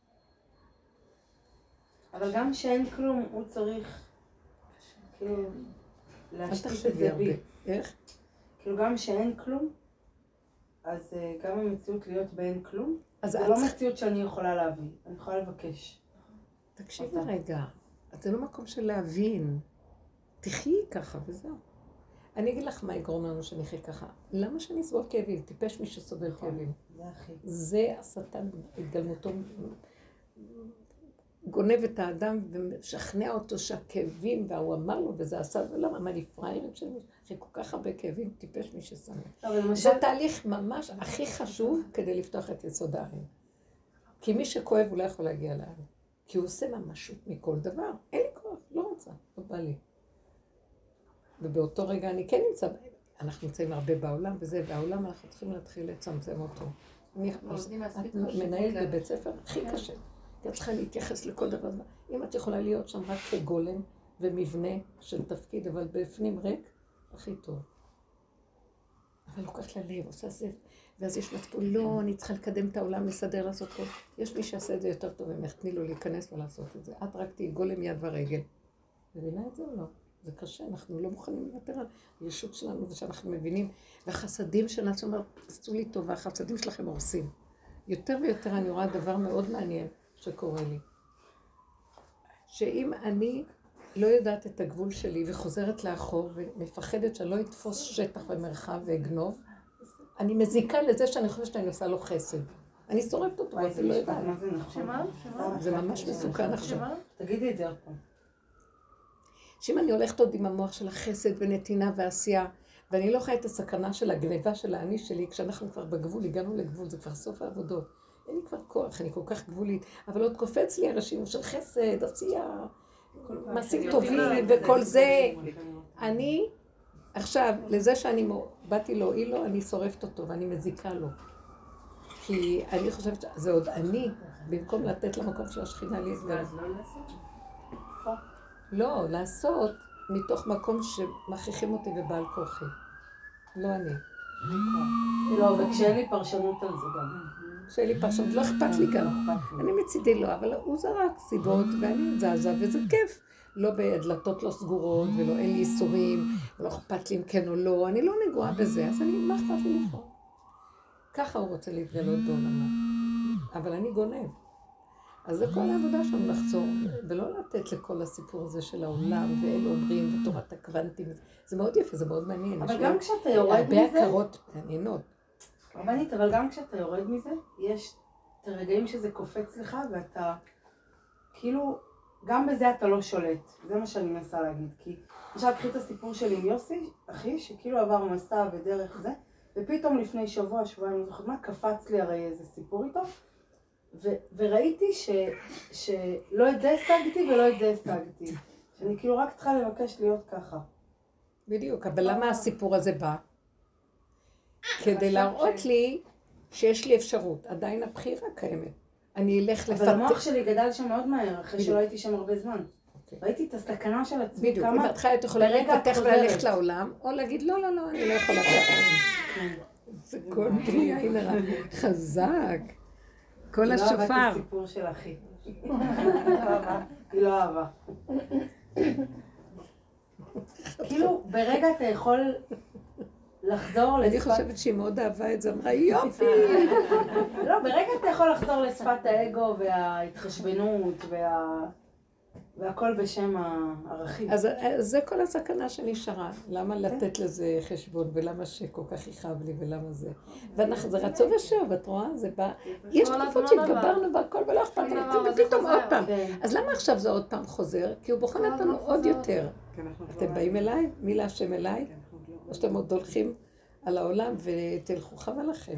אבל גם שאין כלום, הוא צריך כאילו להשתיק את זה בי. איך? כאילו גם שאין כלום, אז גם המציאות להיות באין כלום, זה לא מציאות שאני יכולה להביא, אני יכולה לבקש. תקשיבי רגע, זה לא מקום של להבין. תחיי ככה וזהו. אני אגיד לך מה יגרום לנו שנחיה ככה. למה שאני אסבול כאבים? טיפש מי שסובל כאבים. זה הכי. זה השטן התגלמותו. גונב את האדם ומשכנע אותו שהכאבים, והוא אמר לו, וזה עשה, ולמה, מה אני פריירת שלי? אחרי כל כך הרבה כאבים, טיפש מי ששם. זה תהליך ממש הכי חשוב כדי לפתוח את יסוד העין. כי מי שכואב הוא לא יכול להגיע לעין. כי הוא עושה ממשות מכל דבר. אין לי כוח, לא רוצה, לא בא לי. ובאותו רגע אני כן נמצא, אנחנו נמצאים הרבה בעולם, וזה, והעולם אנחנו צריכים להתחיל לצמצם אותו. את מנהלת בבית ספר הכי קשה. את צריכה להתייחס לכל דבר. אם את יכולה להיות שם רק כגולם ומבנה של תפקיד, אבל בפנים ריק, הכי טוב. אבל לוקחת ללב, עושה זה, ואז יש לך פה, לא, אני צריכה לקדם את העולם, לסדר, לעשות כל. יש מי שעשה את זה יותר טוב, ממך, תני לו להיכנס ולעשות את זה. את רק תהי גולם יד ורגל. מבינה את זה או לא? זה קשה, אנחנו לא מוכנים לוותר על הישות שלנו, ושאנחנו מבינים, והחסדים שנעשו, עשו לי טוב, והחסדים שלכם הורסים. יותר ויותר אני רואה דבר מאוד מעניין שקורה לי. שאם אני לא יודעת את הגבול שלי וחוזרת לאחור ומפחדת שאני לא אתפוס שטח ומרחב ואגנוב, אני מזיקה לזה שאני חושבת שאני עושה לו חסד. אני שורפת אותו, ואפילו לא יודעת. שמה? זה ממש מסוכן עכשיו. תגידי את זה עוד פעם. שאם אני הולכת עוד עם המוח של החסד ונתינה ועשייה, ואני לא חיה את הסכנה של הגניבה של האני שלי, כשאנחנו כבר בגבול, הגענו לגבול, זה כבר סוף העבודות. אין לי כבר כוח, אני כל כך גבולית, אבל עוד קופץ לי הרשימו של חסד, עשייה, מעשים טובים וכל זה. אני, עכשיו, לזה שאני באתי להועיל לו, אני שורפת אותו ואני מזיקה לו. כי אני חושבת שזה עוד אני, במקום לתת למקום של השכינה להתגלות. לא, לעשות מתוך מקום שמכריחים אותי ובעל כוחי. לא אני. לא, וכשאין לי פרשנות על זה גם. כשאין לי פרשנות, לא אכפת לי גם. אני מצידי לא, אבל הוא זרק סיבות ואני זזה וזה כיף. לא בדלתות לא סגורות ולא אין לי איסורים, ולא אכפת לי אם כן או לא, אני לא נגועה בזה, אז אני, מה אכפת לי לבחור? ככה הוא רוצה להתגלות בעולמו. אבל אני גונב. אז זה כל העבודה שלנו לחזור, ולא לתת לכל הסיפור הזה של העולם, ואלה אומרים, ותורת הקוונטים, זה מאוד יפה, זה מאוד מעניין. אבל גם כשאתה יורד מזה... הרבה הכרות מעניינות. רבנית, אבל גם כשאתה יורד מזה, יש את הרגעים שזה קופץ לך, ואתה כאילו, גם בזה אתה לא שולט. זה מה שאני מנסה להגיד. כי עכשיו קחי את הסיפור שלי עם יוסי, אחי, שכאילו עבר מסע ודרך זה, ופתאום לפני שבוע, שבועיים, אני זוכרת מה, קפץ לי הרי איזה סיפור איתו, וראיתי שלא את זה השגתי ולא את זה השגתי. שאני כאילו רק צריכה לבקש להיות ככה. בדיוק, אבל למה הסיפור הזה בא? כדי להראות לי שיש לי אפשרות, עדיין הבחירה קיימת. אני אלך לפתח... אבל המוח שלי גדל שם מאוד מהר, אחרי שלא הייתי שם הרבה זמן. ראיתי את הסכנה של עצמי, בדיוק, אם את חיה, את יכולה להתפתח וללכת לעולם, או להגיד, לא, לא, לא, אני לא יכולה להתפתח. זה כל בלי עין הרע. חזק. כל השופר. לא אהבה את הסיפור של אחי. היא לא אהבה. כאילו, ברגע אתה יכול לחזור לשפת... אני חושבת שהיא מאוד אהבה את זה, אמרה יופי. לא, ברגע אתה יכול לחזור לשפת האגו וההתחשבנות והכל בשם הערכים. אז זה כל הסכנה שנשארה. למה לתת לזה חשבון, ולמה שכל כך יכאב לי, ולמה זה. זה רצו ושוב, את רואה? זה בא... יש תקופות שהתגברנו והכל ולא אכפת לי, ופתאום עוד פעם. אז למה עכשיו זה עוד פעם חוזר? כי הוא בוחן אותנו עוד יותר. אתם באים אליי? מי להשם אליי? או שאתם עוד הולכים על העולם ותלכו חבל לכם.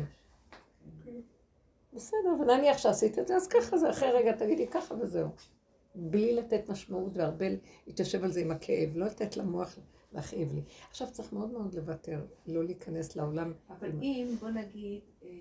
בסדר, ונניח שעשית את זה, אז ככה זה, אחרי רגע תגידי ככה וזהו. בלי לתת משמעות והרבה להתיישב על זה עם הכאב, לא לתת למוח להכאיב לי. עכשיו צריך מאוד מאוד לוותר, לא להיכנס לעולם. אבל אם, בוא נגיד,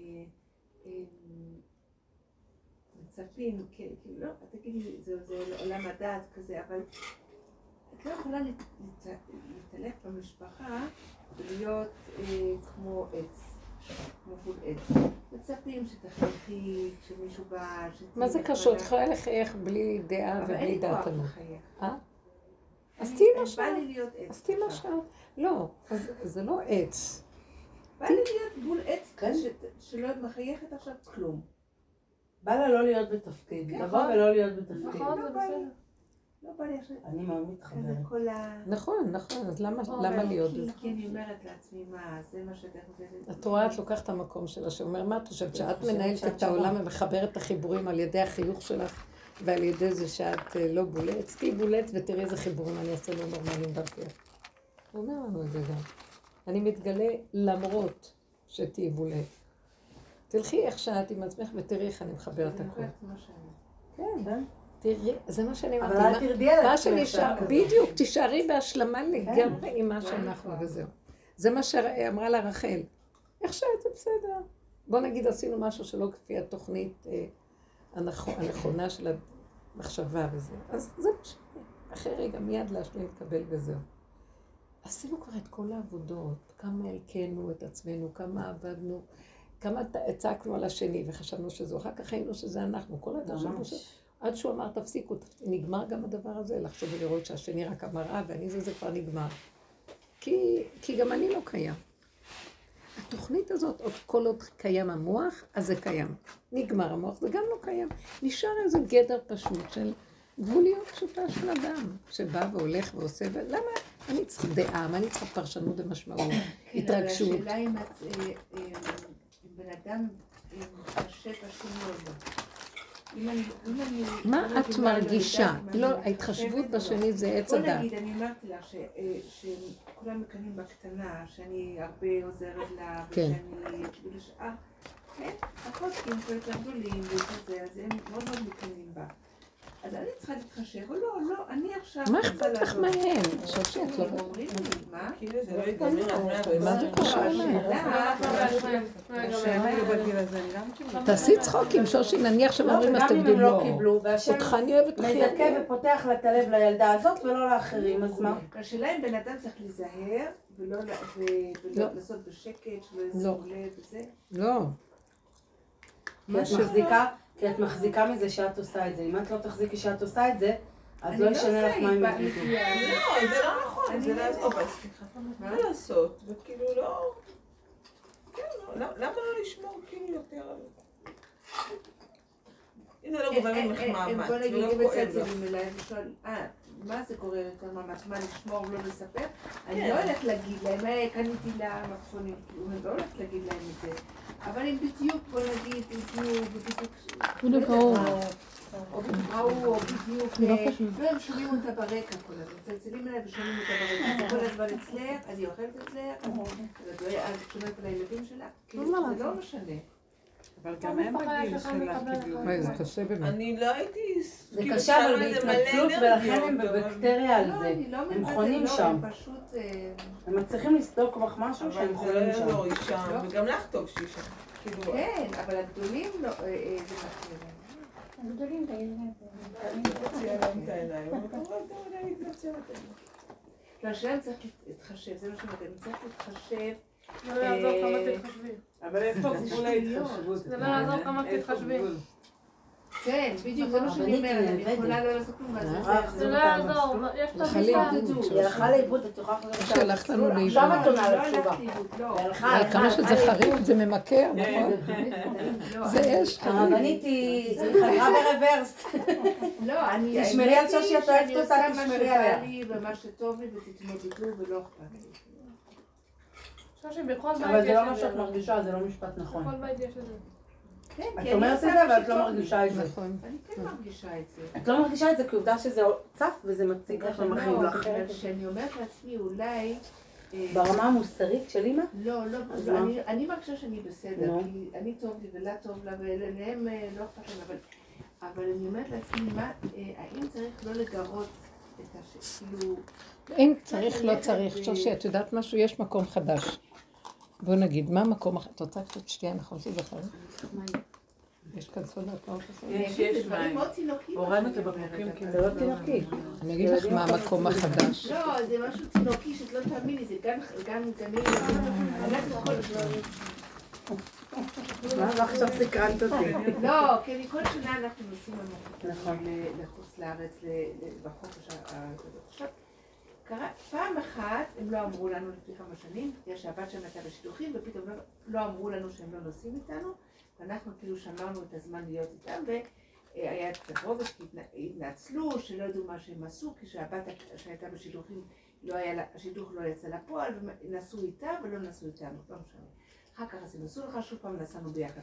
מצפים, כאילו, לא, תגידי, זה עולם הדעת כזה, אבל את לא יכולה להתהלך במשפחה ולהיות כמו עץ. כמו פול עץ. מצפים שתחייכי, כשמישהו בא... מה זה קשור? את יכולה לחייך בלי דעה ובלי דעתנו. אבל אין לי כוח לחייך. אז תהי משל. בא לי להיות עץ. אז תהי משל. לא, זה לא עץ. בא לי להיות בול עץ שלא מחייכת עכשיו כלום. בא לה לא להיות בתפקיד, לבוא ולא להיות בתפקיד. נכון, זה בסדר. לא בא לי עכשיו... אני מאוד מתחברת. נכון, אז למה להיות בזה? כי אני אומרת לעצמי, מה, זה מה שאתה חושבת? את רואה, את לוקחת את המקום שלה, שאומר, מה את חושבת? שאת מנהלת את העולם ומחברת את החיבורים על ידי החיוך שלך ועל ידי זה שאת לא בולט, תהי בולט ותראי איזה חיבורים אני אעשה לא נורמליים דרכך. הוא אומר לנו את זה גם. אני מתגלה למרות שתהי בולט. תלכי איך שאת עם עצמך ותראי איך אני מחברת הכל. כן, תראי, זה מה שאני אמרתי. אבל אל תרדי על מה עצמך. שנשאר, בדיוק, תישארי בהשלמה לגמרי עם מה שאנחנו וזהו. זה מה שאמרה לה רחל. איך שאת זה בסדר. בוא נגיד עשינו משהו שלא כפי התוכנית הנכונה של המחשבה וזה. אז זה מה ש... אחרי רגע מיד להשלים לקבל וזהו. עשינו כבר את כל העבודות, כמה הלכנו את עצמנו, כמה עבדנו, כמה הצעקנו על השני וחשבנו שזו, אחר כך היינו שזה אנחנו, כל הדבר שלנו. עד שהוא אמר תפסיקו, נגמר גם הדבר הזה, לחשוב ולראות שהשני רק המראה ואני זה כבר נגמר. כי גם אני לא קיים. התוכנית הזאת, כל עוד קיים המוח, אז זה קיים. נגמר המוח, זה גם לא קיים. נשאר איזה גדר פשוט של גבוליות פשוטה של אדם, שבא והולך ועושה, ולמה אני צריך דעה, מה אני צריך פרשנות ומשמעות, התרגשות. כן, אבל השאלה אם בן אדם קשה מאוד. מה את מרגישה? לא, ההתחשבות בשני זה עץ הדת. בוא נגיד, אני אמרתי לך שכולם מקנים בקטנה, שאני הרבה עוזרת לה, ושאני כאילו לשאר, כן, החוסקים יותר גדולים וזה, אז הם מאוד מאוד מקנים בה. אז אני צריכה להתחשב, או לא, אני עכשיו... מה אכפת לך מהם? שושי, את לא... אומרים לי, מה? כאילו זה לא ייגמר, מה זה קשור? השאלה היא בגיל הזה, הם גם כאילו... תעשי צחוקים, שושי, נניח שאומרים אז וגם אם תגידו הם לא קיבלו, והשם אותך אני אוהבת הכי מזכה ופותח לה את הלב לילדה הזאת ולא לאחרים, אז מה? השאלה אם בן אדם צריך להיזהר ולא לעשות בשקט, שלא ישימו לב וזה. לא. כי את מחזיקה מזה שאת עושה את זה. אם את לא תחזיקי שאת עושה את זה, אז לא ישנה לך מה הם יגידו. לא, זה לא נכון, זה לעשות, מה לעשות? וכאילו לא... כן, למה לא לשמור כאילו יותר על... אם זה לא גובה ממך מאמץ, בוא נגיד, ולא אם כואב לך. מצלצלים אליי ושואל, מה זה קורה יותר מאמץ? מה לשמור ולא לספר? אני לא הולכת להגיד להם, קניתי למקפונים, אני לא הולכת להגיד להם את זה. אבל אם בדיוק, בוא נגיד, בדיוק ראו, או בדיוק, לא, הם שומעים אותה ברקע כל הזמן, צלצלים אליי ושומעים אותה ברקע, כל הזמן אצלך, אז היא אוכלת אצלך, אז שומעת על הילדים שלה, כאילו זה לא משנה. אבל גם הם בגיל שלה קיבלו. זה קשה באמת. אני לא הייתי... זה קשה, אבל בהתנצלות, ולכן הם בבקטריה על זה. הם חונים שם. הם מצליחים לסדוק בך משהו שהם חונים שם. אבל זה לא אישה, וגם לך טוב שאישה. כן, אבל הגדולים לא... זה מתחיל. הגדולים בעניין. תציע להם את העיניים, אבל כמובן אתה יודע להתנצל אותם. לא, השאלה צריך להתחשב, זה מה שאומרת, אני צריך להתחשב. לא יעזור כמה תתחשבי. אבל איפה גבול ההתחשבות? זה לא יעזור כמה תתחשבי. כן, בדיוק, זה מה שאני אומרת, אני יכולה לא לעשות כלום, זה לא יעזור, יש פה היא הלכה לאיבוד, את יכולה לחזור. שהלכת לנו לאיבוד. עכשיו את עונה לתשובה. כמה שזה חריף, זה ממכר, נכון? זה אש חריף. הרבנית היא חזרה ברוורס. לא, אני... תשמרי על שושי, את אוהבת אותה, תשמרי עליה. אני עושה מה שבא לי ומה שטוב לי ותתמודדו ולא אכפת לי. שושי, בכל בית אבל יש זה לא את מה זה. שאת מרגישה, זה לא משפט נכון. בכל בית יש את זה. כן, את כי אומרת את אני זה, עושה אבל מה את לא שטוב לי. מרגישה את זה. נכון. אני כן מרגישה את זה. את לא מרגישה את זה כעובדה שזה צף וזה מציג לך ומכאיב לא, לך. כשאני אומרת לעצמי אולי... ברמה המוסרית של אמא? לא, לא, אז לא, מה? אני מרגישה שאני בסדר, נו. כי אני טוב לי ולה טוב לה ולהם לא אכפת להם, אבל אני אומרת לעצמי, האם צריך לא לגרות את כאילו... אם צריך, לא צריך. שושי, את יודעת משהו? יש מקום חדש. בוא נגיד, מה המקום אחר? את רוצה קצת שתייה, נכון שזה חריף? יש כאן סודה, את לא רוצה סודה? יש דברים מים. מאוד תינוקיים. הורדנו את מה שאני הבקבוקים אומרת, כי זה לא תינוקי. אני אגיד לך מה המקום החדש. לא, זה משהו תינוקי שאת לא תאמיני, זה גם גני ילדים. אנחנו כל מה ועכשיו סקרנת אותי? לא, כי כל שנה אנחנו נוסעים נכון. לחוץ לארץ, בחופש עכשיו. פעם אחת הם לא אמרו לנו לפני כמה שנים, בגלל שהבת שם הייתה בשידוכים, ופתאום לא אמרו לנו שהם לא נוסעים איתנו, ואנחנו כאילו שמרנו את הזמן להיות איתם, והיה קצת רובש, כי התנצלו, שלא ידעו מה שהם עשו, כשהבת שהייתה בשידוכים, השידוך לא יצא לפועל, ונסעו איתה ולא נסעו איתנו, לא משנה. אחר כך אז הם נסעו לך שוב פעם, נסענו ביחד.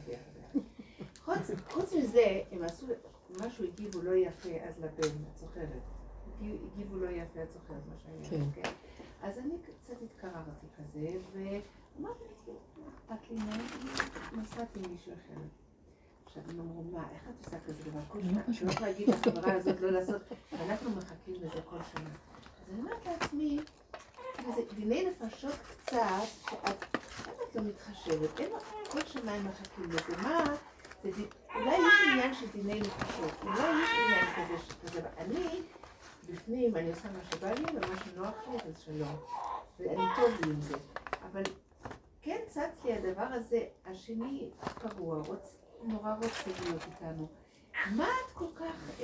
חוץ מזה, הם עשו משהו, הגיבו לא יפה אז לבן, את זוכרת. הגיבו לא יפה, את זוכרת מה שהיה. כן. אז אני קצת התקררתי כזה, ואמרתי לעצמי, אכפת לי מהם, נסעתי עם מישהו אחר. עכשיו הם אמרו, מה, איך את עושה כזה דבר כל שנה? שלא יכולה להגיד לחברה הזאת לא לעשות, ואנחנו מחכים לזה כל שנה. אז אני אומרת לעצמי, זה דיני נפשות קצת, שאת לא מתחשבת, כל שנה הם מחכים לזה, מה? אולי יש עניין של דיני נפשות, אולי יש עניין כזה, אני בפנים, אני עושה מה שבא לי ומה שנוח לי, אז שלום. ואני טוב לי עם זה. אבל כן צץ לי הדבר הזה, השני קבוע, נורא רוצה להיות איתנו. מה את כל כך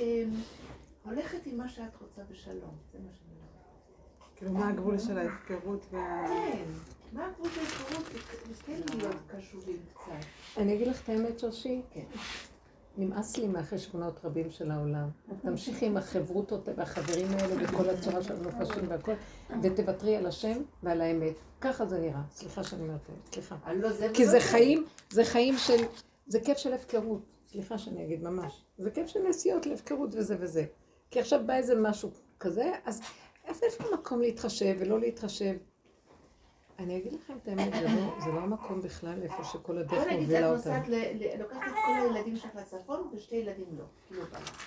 הולכת עם מה שאת רוצה בשלום? זה מה שאני אומרת. כאילו, מה הגבול של ההפקרות כן, מה הגבול של ההפקרות? וכן להיות קשובים קצת. אני אגיד לך את האמת, שושי? כן. נמאס לי מהחשבונות רבים של העולם. תמשיכי עם החברותות והחברים האלה וכל הצורה של הנופשים והכל, ותוותרי על השם ועל האמת. ככה זה נראה. סליחה שאני אומרת, סליחה. כי זה חיים, זה חיים של, זה כיף של הפקרות. סליחה שאני אגיד ממש. זה כיף של נסיעות להפקרות וזה וזה. כי עכשיו בא איזה משהו כזה, אז איפה המקום להתחשב ולא להתחשב? אני אגיד לכם את האמת, זה לא המקום בכלל איפה שכל הדרך מובילה אותם. בוא נגיד, את לוקחת את כל הילדים שלך לצפון ושתי ילדים לא.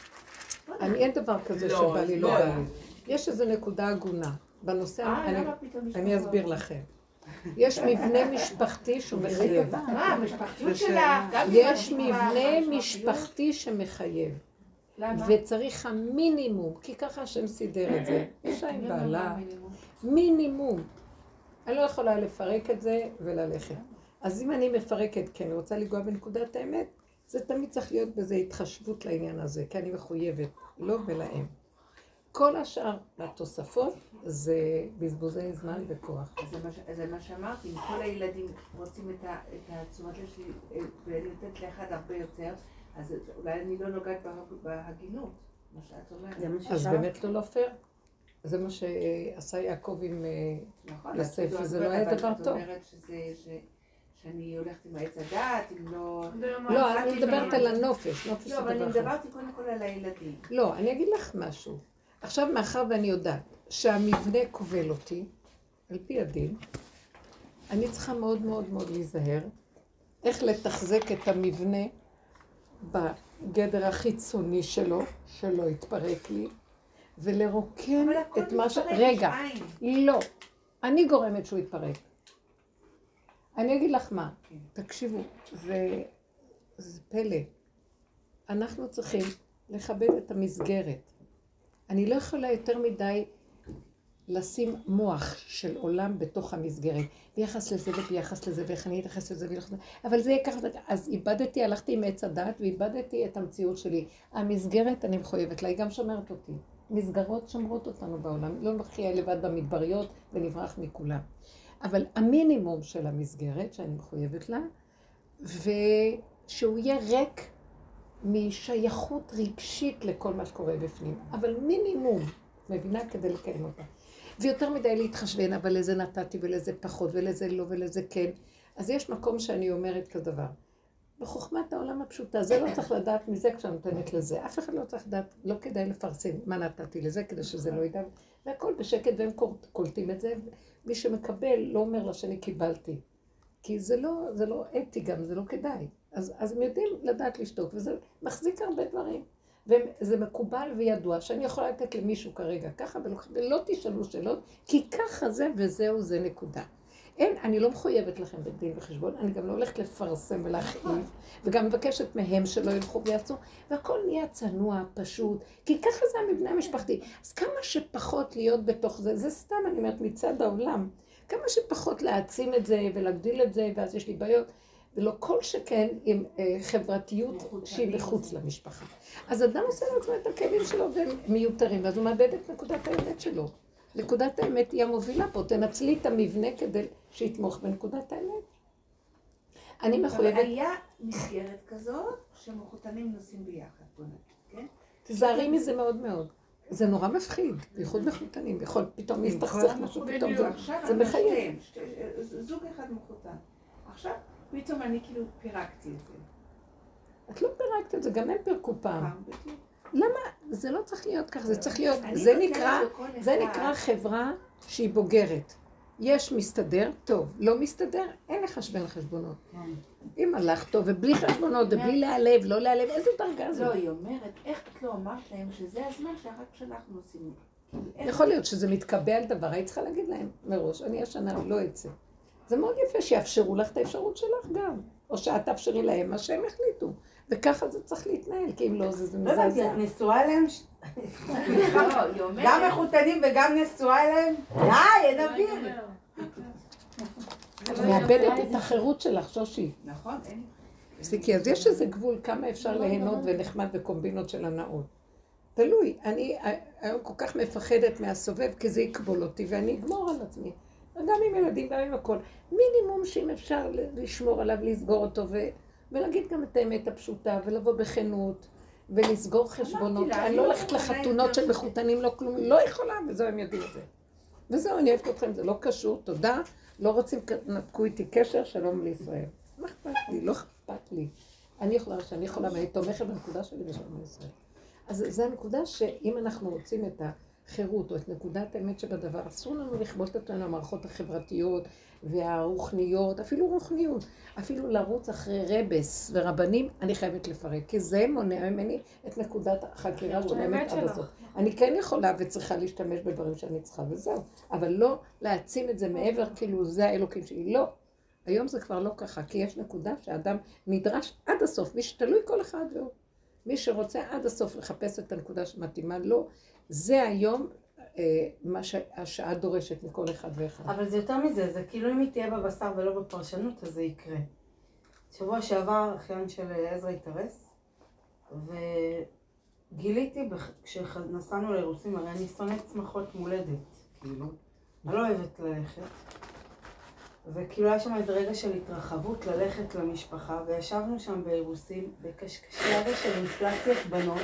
לא בא. אין דבר כזה שבא לי, לא בא לי. יש איזו נקודה הגונה. בנושא, אני אסביר לכם. יש מבנה משפחתי שהוא מחייב. מה, המשפחתיות שלה? יש מבנה משפחתי שמחייב. למה? וצריך המינימום, כי ככה השם סידר את זה. אישה עם בעלה. מינימום. אני לא יכולה לפרק את זה וללכת. אז אם אני מפרקת, כי אני רוצה לגוע בנקודת האמת, זה תמיד צריך להיות בזה התחשבות לעניין הזה, כי אני מחויבת, לא ולהם. כל השאר לתוספות זה בזבוזי זמן וכוח. זה מה שאמרתי, אם כל הילדים רוצים את התשומת לב שלי ולתת לאחד הרבה יותר, אז אולי אני לא נוגעת בהגינות, מה שאת אומרת. אז באמת לא פייר. זה מה שעשה יעקב עם יוסף, וזה לא היה דבר טוב. את אומרת שאני הולכת עם העץ הדעת, אם לא... לא, אני מדברת על הנופש, נופש זה לא, אבל אני דבר אחר. מדברתי קודם כל על הילדים. לא, אני אגיד לך משהו. עכשיו, מאחר ואני יודעת שהמבנה כובל אותי, על פי הדין, אני צריכה מאוד מאוד מאוד להיזהר איך לתחזק את המבנה בגדר החיצוני שלו, שלא יתפרק לי, ולרוקן את מה ש... רגע, לא, אני גורמת שהוא יתפרק. אני אגיד לך מה, תקשיבו, זה פלא. אנחנו צריכים לכבד את המסגרת. אני לא יכולה יותר מדי לשים מוח של עולם בתוך המסגרת, ביחס לזה וביחס לזה, ואיך אני אתייחס לזה ויחס לזה, אבל זה יהיה ככה, אז איבדתי, הלכתי עם עץ הדת, ואיבדתי את המציאות שלי. המסגרת אני מחויבת לה, היא גם שומרת אותי. מסגרות שומרות אותנו בעולם, לא נחיה לבד במדבריות ונברח מכולם. אבל המינימום של המסגרת שאני מחויבת לה, ושהוא יהיה ריק משייכות רגשית לכל מה שקורה בפנים, אבל מינימום, מבינה, כדי לקיים אותה. ויותר מדי להתחשבן, אבל לזה נתתי ולזה פחות ולזה לא ולזה כן. אז יש מקום שאני אומרת כדבר. בחוכמת העולם הפשוטה, זה לא צריך לדעת מזה כשאני נותנת לזה. אף אחד לא צריך לדעת, לא כדאי לפרסם מה נתתי לזה כדי שזה לא ידע. והכל בשקט והם קולטים את זה. מי שמקבל לא אומר לה שאני קיבלתי. כי זה לא אתי גם, זה לא כדאי. אז הם יודעים לדעת לשתוק, וזה מחזיק הרבה דברים. וזה מקובל וידוע שאני יכולה לתת למישהו כרגע ככה, ולא תשאלו שאלות, כי ככה זה וזהו זה נקודה. אין, אני לא מחויבת לכם בדין וחשבון, אני גם לא הולכת לפרסם ולהכאיב, וגם מבקשת מהם שלא ילכו ויעשו, והכל נהיה צנוע, פשוט, כי ככה זה המבנה המשפחתי. אז כמה שפחות להיות בתוך זה, זה סתם אני אומרת מצד העולם, כמה שפחות להעצים את זה ולהגדיל את זה, ואז יש לי בעיות. ולא כל שכן עם חברתיות שהיא מחוץ למשפחה. אז אדם עושה לעצמו את הכלים שלו והם מיותרים, ואז הוא מאבד את נקודת האמת שלו. נקודת האמת היא המובילה פה, תנצלי את המבנה כדי שיתמוך בנקודת האמת. אני מחויבת... אבל היה מסגרת כזאת שמחותנים נוסעים ביחד, בוא נגיד, כן? תזהרי מזה מאוד מאוד. זה נורא מפחיד, בייחוד מחותנים, יכול פתאום להסתכסך משהו, פתאום זה מחייב. זוג אחד מחותן. עכשיו, פתאום אני כאילו פירקתי את זה. את לא פירקת את זה, גם הם פירקו פעם. למה? זה לא צריך להיות ככה, זה צריך להיות, זה נקרא חברה שהיא בוגרת. יש מסתדר, טוב, לא מסתדר, אין לחשבן חשבונות. אם הלך טוב ובלי חשבונות ובלי להיעלב, לא להיעלב, איזה דרגה זו? לא, היא אומרת, איך את לא אמרת להם שזה הזמן שרק שאנחנו עושים? יכול להיות שזה מתקבע על דבר, היית צריכה להגיד להם מראש, אני השנה לא אצא. זה מאוד יפה שיאפשרו לך את האפשרות שלך גם, או שאת תאפשרי להם מה שהם החליטו, וככה זה צריך להתנהל, כי אם לא זה מזעזע. לא יודעת, את נשואה אליהם? גם מחותנים וגם נשואה אליהם? אין אוויר. את מאבדת את החירות שלך, שושי. נכון, אין. פסיקי, אז יש איזה גבול כמה אפשר ליהנות ונחמד בקומבינות של הנאות. תלוי, אני היום כל כך מפחדת מהסובב, כי זה יקבול אותי, ואני אגמור על עצמי. גם עם ילדים, גם עם הכל. מינימום שאם אפשר לשמור עליו, לסגור אותו, ולהגיד גם את האמת הפשוטה, ולבוא בכנות, ולסגור חשבונות. אני לא הולכת לחתונות של מחותנים, לא כלום, לא יכולה, וזהו, הם יודעים את זה. וזהו, אני אוהבת אתכם, זה לא קשור, תודה. לא רוצים, נתקו איתי קשר, שלום לישראל. מה אכפת לי? לא אכפת לי. אני יכולה, ואני תומכת בנקודה שלי בשלום לישראל. אז זו הנקודה שאם אנחנו רוצים את החירות או את נקודת האמת שבדבר, אסור לנו לכבוש אותנו המערכות החברתיות והרוחניות, אפילו רוחניות, אפילו לרוץ אחרי רבס ורבנים, אני חייבת לפרק, כי זה מונע ממני את נקודת החקירה של האמת עד הסוף. אני כן יכולה וצריכה להשתמש בדברים שאני צריכה וזהו, אבל לא להעצים את זה מעבר, כאילו זה האלוקים שלי, לא. היום זה כבר לא ככה, כי יש נקודה שהאדם נדרש עד הסוף, מי שתלוי כל אחד והוא. מי שרוצה עד הסוף לחפש את הנקודה שמתאימה לו, זה היום מה שהשעה דורשת מכל אחד ואחד. אבל זה יותר מזה, זה כאילו אם היא תהיה בבשר ולא בפרשנות, אז זה יקרה. שבוע שעבר אחיין של עזרא התארס, וגיליתי כשנסענו לאירוסים, הרי אני שונאת שמחות מולדת, כאילו. אני לא אוהבת ללכת. וכאילו היה שם איזה רגע של התרחבות ללכת למשפחה, וישבנו שם באירוסים, בקשקשי רגע של אינפלציית בנות.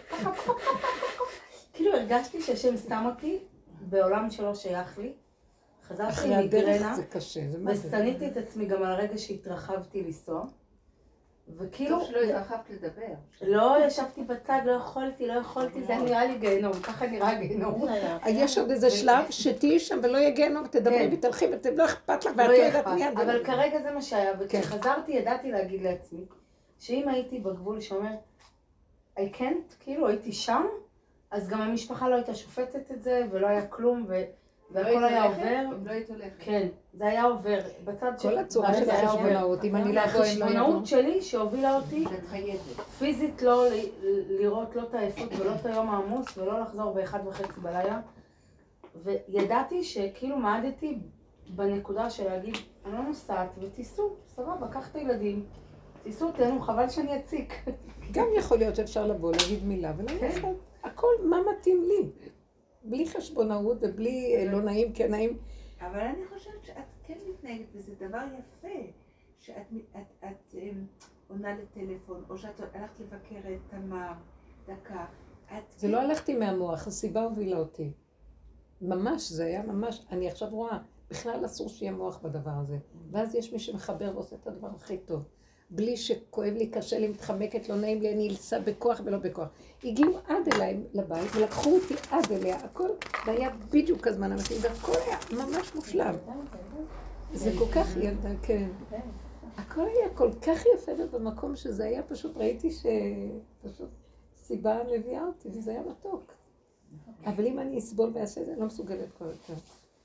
כאילו הרגשתי שהשם שם אותי בעולם שלא שייך לי. חזרתי עם מיגרנה, ושנאתי את עצמי גם על הרגע שהתרחבתי לנסוע. וכאילו... טוב שלא התרחבת לדבר. לא, ישבתי בצד, לא יכולתי, זה נראה לי גיהנום, ככה נראה גיהנום. יש עוד איזה שלב שתהיי שם ולא יהיה גיהנום, תדברי ותלכי ואתם לא אכפת לך ואת לא יודעת מיד. אבל כרגע זה מה שהיה, וכשחזרתי ידעתי להגיד לעצמי, שאם הייתי בגבול שאומר, I can't, כאילו הייתי שם, אז גם המשפחה לא הייתה שופטת את זה, ולא היה כלום, והכל היה עובר. לא היית הולכת. כן, זה היה עובר. בצד כל הצורה של החשבונאות, אם אני לא אבוא, אין לא יבוא. החשבונאות שלי שהובילה אותי, את חייבת. פיזית לא לראות לא את העייפות ולא את היום העמוס, ולא לחזור ב1:30 בלילה. וידעתי שכאילו מעדתי בנקודה של להגיד, אני לא נוסעת, ותיסעו, סבבה, קח את הילדים, תיסעו, תהנו, חבל שאני אציק. גם יכול להיות שאפשר לבוא, להגיד מילה וללכת. הכל מה מתאים לי. בלי חשבונאות ובלי לא נעים, כן נעים. אבל אני חושבת שאת כן מתנהגת, וזה דבר יפה, שאת עונה לטלפון, או שאת הלכת לבקר את תמר, דקה. זה לא הלכתי מהמוח, הסיבה הובילה אותי. ממש, זה היה ממש, אני עכשיו רואה, בכלל אסור שיהיה מוח בדבר הזה. ואז יש מי שמחבר ועושה את הדבר הכי טוב. בלי שכואב לי, קשה לי, מתחמקת, לא נעים לי, אני אלסה בכוח ולא בכוח. הגיעו עד אליי לבית ולקחו אותי עד אליה, הכל, והיה בדיוק הזמן המתאים, והכל היה ממש מושלם. זה כל כך ילדה, כן. הכל היה כל כך יפה ובמקום שזה היה פשוט, ראיתי שפשוט סיבה מביאה אותי, וזה היה מתוק. אבל אם אני אסבול ואעשה את זה, אני לא מסוגלת כל יותר.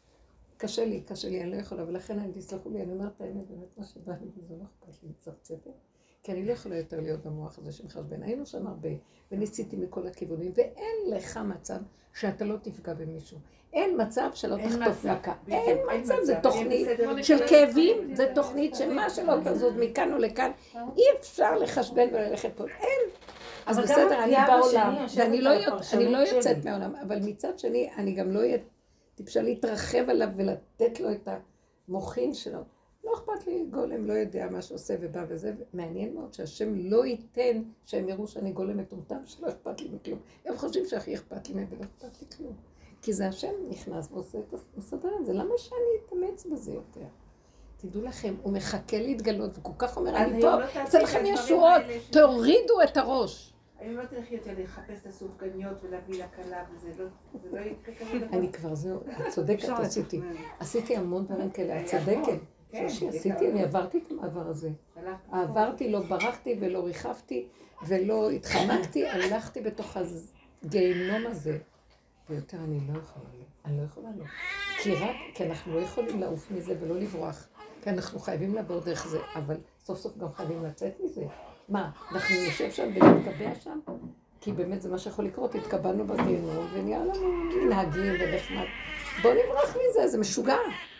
קשה לי, אני לא יכולה, ולכן אני תסלחו לי, אני אומרת את האמת, באמת מה שבא לי, וזה לא אכפת לי לצח צדק, כי אני לא יכולה יותר להיות במוח הזה שמחשבן. היינו שם הרבה, וניסיתי מכל הכיוונים, ואין לך מצב שאתה לא תפגע במישהו. אין מצב שלא תחטוף מכה. אין מצב, זה תוכנית של כאבים, זה תוכנית שמה שלא תזוז מכאן או לכאן, אי אפשר לחשבן וללכת פה. אין. אז בסדר, אני בעולם, ואני לא יוצאת מהעולם, אבל מצד שני, אני גם לא טיפשה להתרחב עליו ולתת לו את המוחין שלו. לא אכפת לי, גולם לא יודע מה שעושה ובא וזה, מעניין מאוד שהשם לא ייתן שהם יראו שאני גולם מטומטם, שלא אכפת לי מכלום. הם חושבים שהכי אכפת לי מהם ולא אכפת לי כלום. כי זה השם נכנס ועושה את מסדר את זה. למה שאני אתאמץ בזה יותר? תדעו לכם, הוא מחכה להתגלות, וכל כך אומר, אני פה, אצל לכם ישועות, תורידו את הראש. אני לא תלכי יותר לחפש את הסופגניות ולהביא לכלה, וזה לא יקרה כזה דבר. אני כבר זהו, את צודקת, עשיתי המון דברים כאלה, את צודקת. עשיתי, אני עברתי את המעבר הזה. עברתי, לא ברחתי ולא ריחפתי ולא התחמקתי, הלכתי בתוך הגיהנום הזה. ויותר אני לא יכולה לא. כי אנחנו לא יכולים לעוף מזה ולא לברוח. כי אנחנו חייבים לעבור דרך זה, אבל סוף סוף גם חייבים לצאת מזה. מה, אנחנו נשב שם ונתקבע שם? כי באמת זה מה שיכול לקרות, התקבענו בגיהנום ונהיה לנו מנהגים ונחמד. בואו נברח מזה, זה משוגע.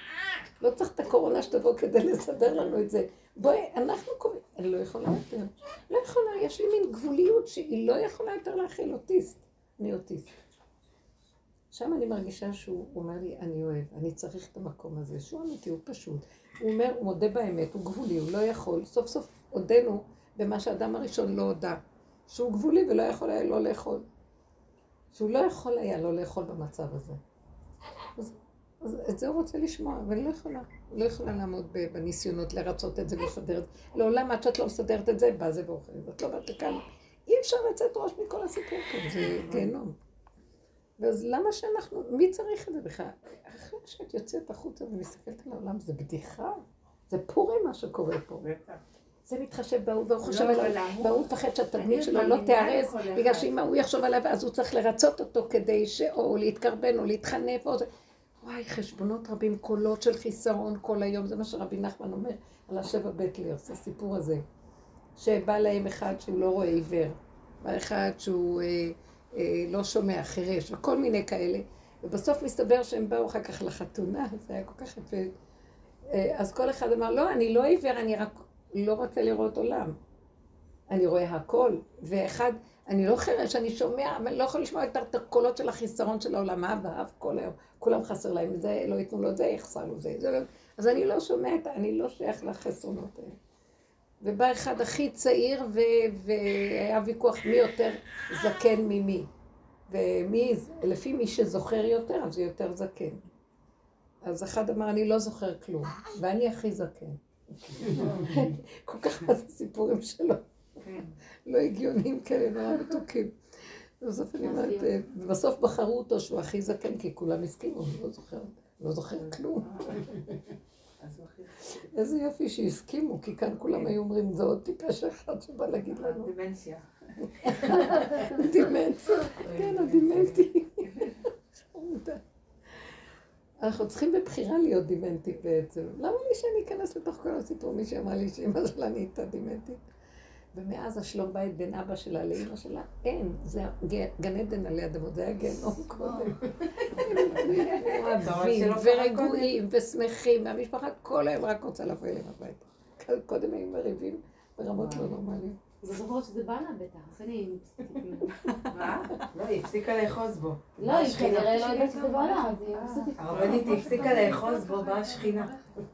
לא צריך את הקורונה שתבוא כדי לסדר לנו את זה. בואי, אנחנו קוראים, אני לא יכולה יותר. לא יכולה, יש לי מין גבוליות שהיא לא יכולה יותר להכיל אוטיסט. אני אוטיסט. שם אני מרגישה שהוא אומר לי, אני אוהב, אני צריך את המקום הזה, שהוא אמיתי, הוא פשוט. הוא אומר, הוא מודה באמת, הוא גבולי, הוא לא יכול. סוף סוף הודנו במה שהאדם הראשון לא הודה. שהוא גבולי ולא יכול היה לא לאכול. שהוא לא יכול היה לא לאכול במצב הזה. אז את זה הוא רוצה לשמוע, אבל לא יכולה לעמוד בניסיונות לרצות את זה ולסדר את זה. לעולם עד שאת לא מסדרת את זה, בא זה ואוכל. את לא באת לכאן. אי אפשר לצאת ראש מכל הסיפור פה, זה גיהנום. ואז למה שאנחנו, מי צריך את זה בכלל? אחרי שאת יוצאת החוצה ומסתכלת על העולם, זה בדיחה. זה פורים מה שקורה פה. זה מתחשב בהוא, והוא חושב עליו, והוא מפחד שהתדמית שלו לא תיארז, בגלל שאם הוא יחשוב עליו, אז הוא צריך לרצות אותו כדי או להתקרבן או להתחנף, או זה. וואי, חשבונות רבים, קולות של חיסרון כל היום, זה מה שרבי נחמן אומר על השבע בית לירס, הסיפור הזה. שבא להם אחד שהוא לא רואה עיוור, בא אחד שהוא לא שומע, חירש, וכל מיני כאלה. ובסוף מסתבר שהם באו אחר כך לחתונה, זה היה כל כך יפה. אז כל אחד אמר, לא, אני לא עיוור, אני רק לא רוצה לראות עולם. אני רואה הכל, ואחד, אני לא חירש, אני שומע, אבל לא יכול לשמוע יותר את הקולות של החיסרון של העולם, ואף כל היום, כולם חסר להם את זה, לא ייתנו לו את זה, יחסר לו זה, לא... אז אני לא שומע, אני לא שייך לחסרונות האלה. ובא אחד הכי צעיר, והיה ויכוח מי יותר זקן ממי. ולפי מי שזוכר יותר, אז הוא יותר זקן. אז אחד אמר, אני לא זוכר כלום, ואני הכי זקן. כל כך מה זה סיפורים שלו. לא הגיונים כאלה, נורא מתוקים. ובסוף אני אומרת, ובסוף בחרו אותו שהוא הכי זקן, כי כולם הסכימו, הוא לא זוכר כלום. איזה יופי שהסכימו, כי כאן כולם היו אומרים, זה עוד טיפש אחד שבא להגיד לנו. דימנציה. דימנציה, כן, הדימנטי. אנחנו צריכים בבחירה להיות דימנטית בעצם. למה מי שאני אכנס לתוך כל הסיפור? מי שאמר לי שאמא שלה נהייתה דימנטית. ומאז השלום בית בין אבא שלה לאמא שלה, אין, זה גן עדן על יד אבות, זה היה גיהנום קודם. אוהבים ורגועים ושמחים, והמשפחה כל היום רק רוצה לבוא אליהם הביתה. קודם היו מריבים ברמות לא נורמליות. זה זוכרות שזה בא לה בטח, סנים. מה? לא, היא הפסיקה לאחוז בו. לא, היא כנראה לא יודעת שזה בא לה, אז היא מבסוטית. הרבנית הפסיקה לאחוז בו, באה השכינה.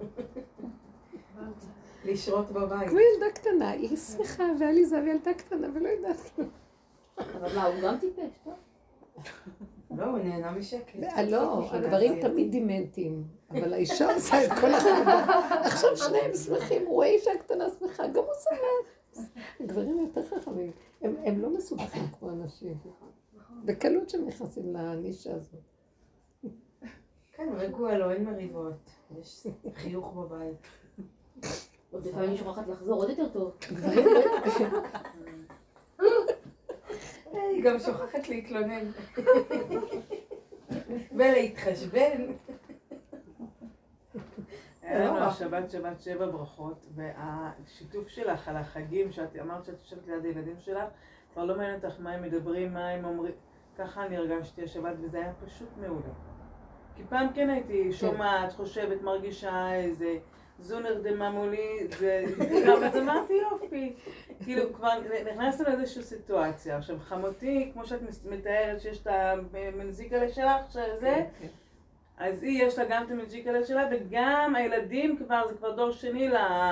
לשרות בבית. כמו ילדה קטנה, היא שמחה, ועליזה וילדה קטנה, ולא יודעת כלום. אבל מה, הוא גם טיפש, טוב? לא, הוא נהנה משקט. לא, הגברים תמיד דימנטים, אבל האישה עושה את כל הדבר. עכשיו שניהם שמחים, הוא רואה אישה קטנה שמחה, גם הוא שמח. הגברים יותר חכמים, הם לא מסובכים כמו אנשים. בקלות שהם נכנסים לנישה הזאת. כן, רגוע לו, אין מריבות. יש חיוך בבית. עוד לפעמים היא שוכחת לחזור, עוד יותר טוב. היא גם שוכחת להתלונן. ולהתחשבן. היה לנו השבת 7 ברכות, והשיתוף שלך על החגים, שאת אמרת שאת יושבת ליד הילדים שלך, כבר לא מעניין אותך מה הם מדברים, מה הם אומרים, ככה אני הרגשתי השבת, וזה היה פשוט מעולה. כי פעם כן הייתי שומעת, חושבת, מרגישה איזה זונר דמה מולי, אז אמרתי יופי. כאילו כבר נכנסנו לאיזושהי סיטואציה. עכשיו חמותי, כמו שאת מתארת שיש את המנזיקה שלך, שזה, אז היא יש לה גם את המג'יקלה שלה, וגם הילדים כבר, זה כבר דור שני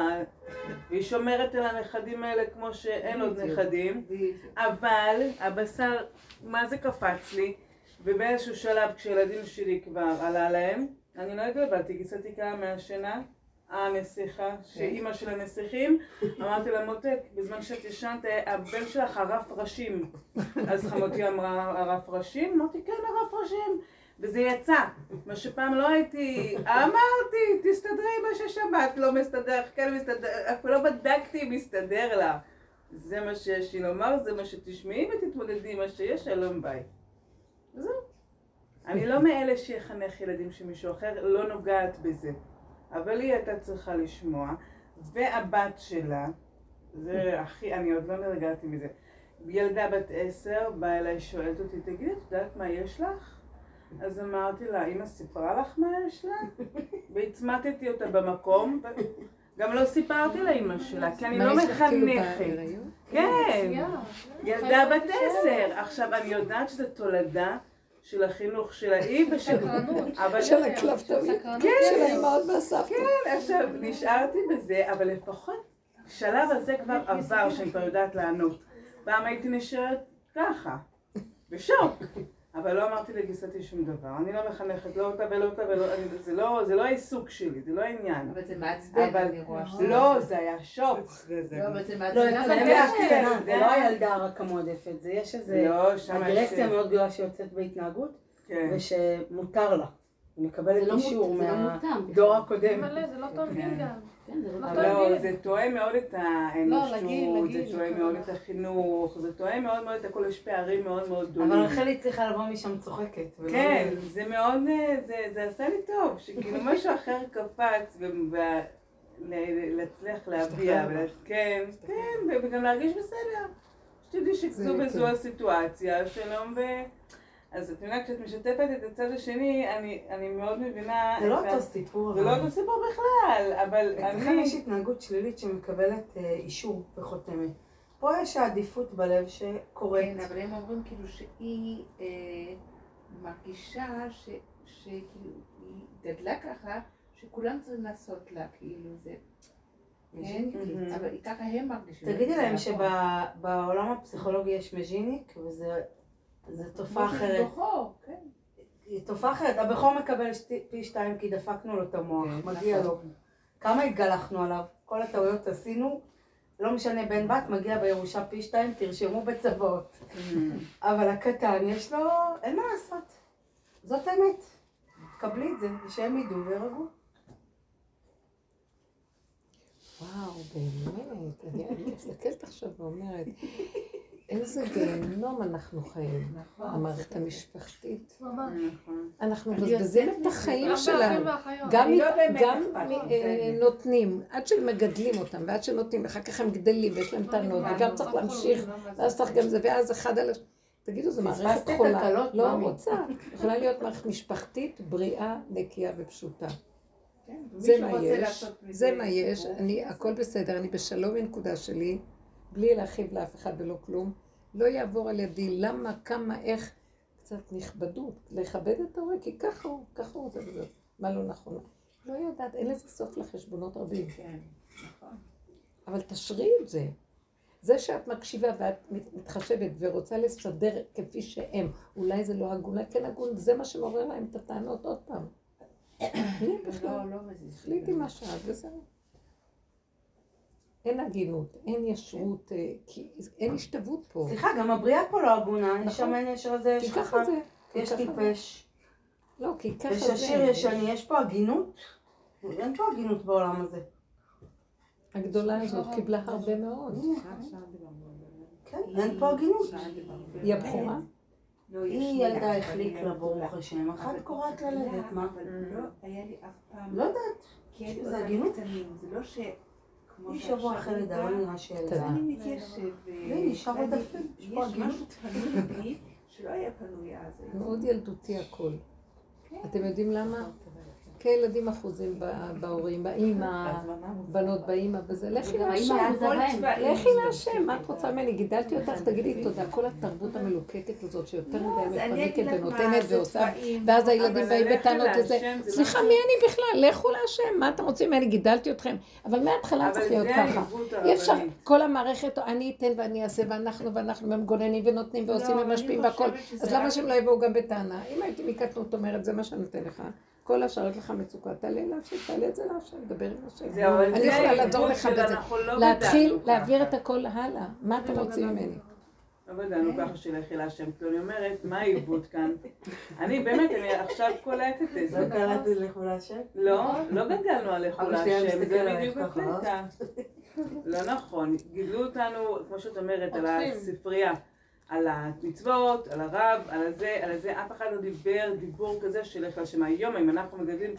והיא שומרת על הנכדים האלה כמו שאין עוד נכדים. אבל הבשר, מה זה קפץ לי? ובאיזשהו שלב כשילדים שלי כבר עלה להם, אני לא התגלבלתי, גיסתי קרה מהשינה, הנסיכה, שאימא של הנסיכים, אמרתי לה מותק, בזמן שאת ישנת, הבן שלך ערף ראשים. אז חמותי אמרה ערף ראשים? אמרתי כן ערף ראשים. וזה יצא, מה שפעם לא הייתי, אמרתי, תסתדרי מה ששמעת, לא מסתדר, כן מסתדר, אפילו לא בדקתי אם מסתדר לה. זה מה שיש לי לומר, זה מה שתשמעי ותתמודדי עם מה שיש, שלום ביי. וזהו. אני לא מאלה שיחנך ילדים שמישהו אחר לא נוגעת בזה, אבל היא הייתה צריכה לשמוע, והבת שלה, זה הכי, אני עוד לא נרגעתי מזה, ילדה בת 10, באה אליי, שואלת אותי, תגידי, את יודעת מה יש לך? אז אמרתי לה, אמא סיפרה לך מה יש לה? והצמתתי אותה במקום, גם לא סיפרתי לאמא שלה, כי אני לא מחנכת. כן, ילדה בת 10. עכשיו, אני יודעת שזו תולדה של החינוך של האי ושל... של הקלפתאית, של האמהות והסבתות. כן, עכשיו, נשארתי בזה, אבל לפחות שלב הזה כבר עבר, שאני כבר יודעת לענות. פעם הייתי נשארת ככה, בשוק. אבל לא אמרתי לגיסתי שום דבר, אני לא מחנכת, לא אותה ולא אותה ולא, זה לא העיסוק שלי, זה לא העניין. אבל זה מעצבן, אני רואה. לא, זה היה שוק. לא, אבל זה לא, מעצבן. זה לא הילדה רק המועדפת, זה יש איזו אגרסיה מאוד גדולה שיוצאת בהתנהגות, ושמותר לה. היא מקבלת אישור מהדור הקודם. זה לא תרגיל גם. לא, זה תואם מאוד את האנושות, זה תואם מאוד את החינוך, זה תואם מאוד מאוד את הכל, יש פערים מאוד מאוד גדולים. אבל רחלי צריכה לבוא משם צוחקת. כן, זה מאוד, זה עשה לי טוב, שכאילו משהו אחר קפץ, ולהצליח להביע, כן, וגם להרגיש בסדר. שתדעי שזו הסיטואציה, שלום אז את מבינה, כשאת משתפת את הצד השני, אני מאוד מבינה... זה לא אותו סיפור. זה לא אותו סיפור בכלל, אבל לכן יש התנהגות שלילית שמקבלת אישור וחותמת. פה יש העדיפות בלב שקורית. כן, אבל הם אומרים כאילו שהיא מרגישה שכאילו היא גדלה ככה, שכולם צריכים לעשות לה, כאילו זה... אבל ככה הם מרגישים. תגידי להם שבעולם הפסיכולוגי יש מז'יניק, וזה... זו תופעה אחרת. היא תופעה אחרת. הבכור מקבל פי 2 כי דפקנו לו את המוח, מגיע לו. כמה התגלחנו עליו, כל הטעויות עשינו, לא משנה בן בת, מגיע בירושה פי 2, תרשמו בצבאות. אבל הקטן יש לו, אין מה לעשות. זאת האמת. קבלי את זה, שהם ידעו וירגעו. וואו, באמת, אני מסתכלת עכשיו ואומרת, איזה גיהנום אנחנו חיים, המערכת המשפחתית. ממש. אנחנו אני מבזבזים יוצאת את החיים גם שלנו. באחים ואחיות. גם אני לא באמת אכפת לי. נותנים, עד שמגדלים אותם, ועד שנותנים, ואחר כך הם גדלים, ויש להם טענות, וגם צריך להמשיך, ואז צריך גם זה, ואז אחד על השני. תגידו, זו מערכת פספסת את חולה, הקלות, לא מאמי. רוצה. יכולה להיות מערכת משפחתית, בריאה, נקייה ופשוטה. כן, זה ומישהו מה רוצה יש, לעשות מזה זה מה יש, סיפור. הכל בסדר, אני בשלום בנקודה שלי, בלי להרחיב לאף אחד ולא כלום. לא יעבור על ידי, למה, כמה, איך, קצת נכבדות, לכבד את ההורה, כי ככה הוא זה וזה, מה לא נכון. לא יודעת, אין לזה סוף לחשבונות רבים. כן, נכון. אבל תשרי את זה. זה שאת מקשיבה ואת מתחשבת ורוצה לסדר כפי שהם, אולי זה לא הגון, כן הגון, זה מה שמעורר להם את הטענות עוד פעם. בלי בכלל, לא מזיז. החליטי מה שאת וזהו. אין הגינות, אין ישרות, אין השתוות פה. סליחה, גם הבריאה פה לא הגונה, יש שם נכון. אין ישר הזה, יש כי חכם, ככה זה. יש כי ככה טיפש, לא, כי ככה יש זה. עשיר ישני, יש פה הגינות? אין פה הגינות בעולם הזה. הגדולה הזאת קיבלה הרבה מאוד. כן, אין פה הגינות. היא הבכורה? לא, יש היא לי ילדה אח, החליק אני לה, לא ברוך יודעת. השם, אחת קוראת ללדת, מה? אבל לא היה לי אף פעם. לא יודעת. כי היה לי זה עוד הגינות? קטנים, זה לא ש... כמו היא שעכשיו שבוע אחרי הוא לידה, בא, לא נראה שילדה. קטנה. אני מתיישב. נשאר עודפים, יש יש פה הגינות. משהו פנוי בי שלא היה פנוי אז. מאוד ילדותי הכל. כן. אתם יודעים למה? כי הילדים אחוזים בהורים, באמא, בנות באמא, וזה לכי וגם להשם. האמא אחוזה בהם. לכי להשם, מה את רוצה ממני? גידלתי אותך, תגידי תודה. כל התרבות המלוקקת הזאת שיותר מדי מפנקת ונותנת ועושה, ואז הילדים באים בטענות וזה. סליחה, מי אני בכלל? לכו להשם, מה אתם רוצים ממני? גידלתי אתכם. אבל מההתחלה צריך להיות ככה. אי אפשר, כל המערכת, אני אתן ואני אעשה, ואנחנו ומגוננים ונותנים ועושים ומשפיעים והכל. אז למה שהם לא יבואו גם בטענה? אם הייתי מקטנות אומרת, זה מה שאני נותן לך. כל השאר יש לך מצוקה, תעלה להשם, תעלה את זה להשם, דבר עם השם. אני יכולה לעזור לך בזה. להתחיל להעביר את הכל הלאה. מה אתם רוצים ממני? לא גדלנו ככה שלכי להשם, כי אני אומרת, מה העיוות כאן? אני באמת, אני עכשיו קולטת את זה. לא קראתי לכו להשם? לא גדלנו על לכו אבא שלי היה להשם, מסתכל זה עלייך בדיוק ככה, הקטע. לא נכון, גידלו אותנו, כמו שאת אומרת, על הספרייה. על המצוות, על הרב, על זה, אף אחד לא דיבר דיבור כזה שלך להשם. היום, אם אנחנו מגדלים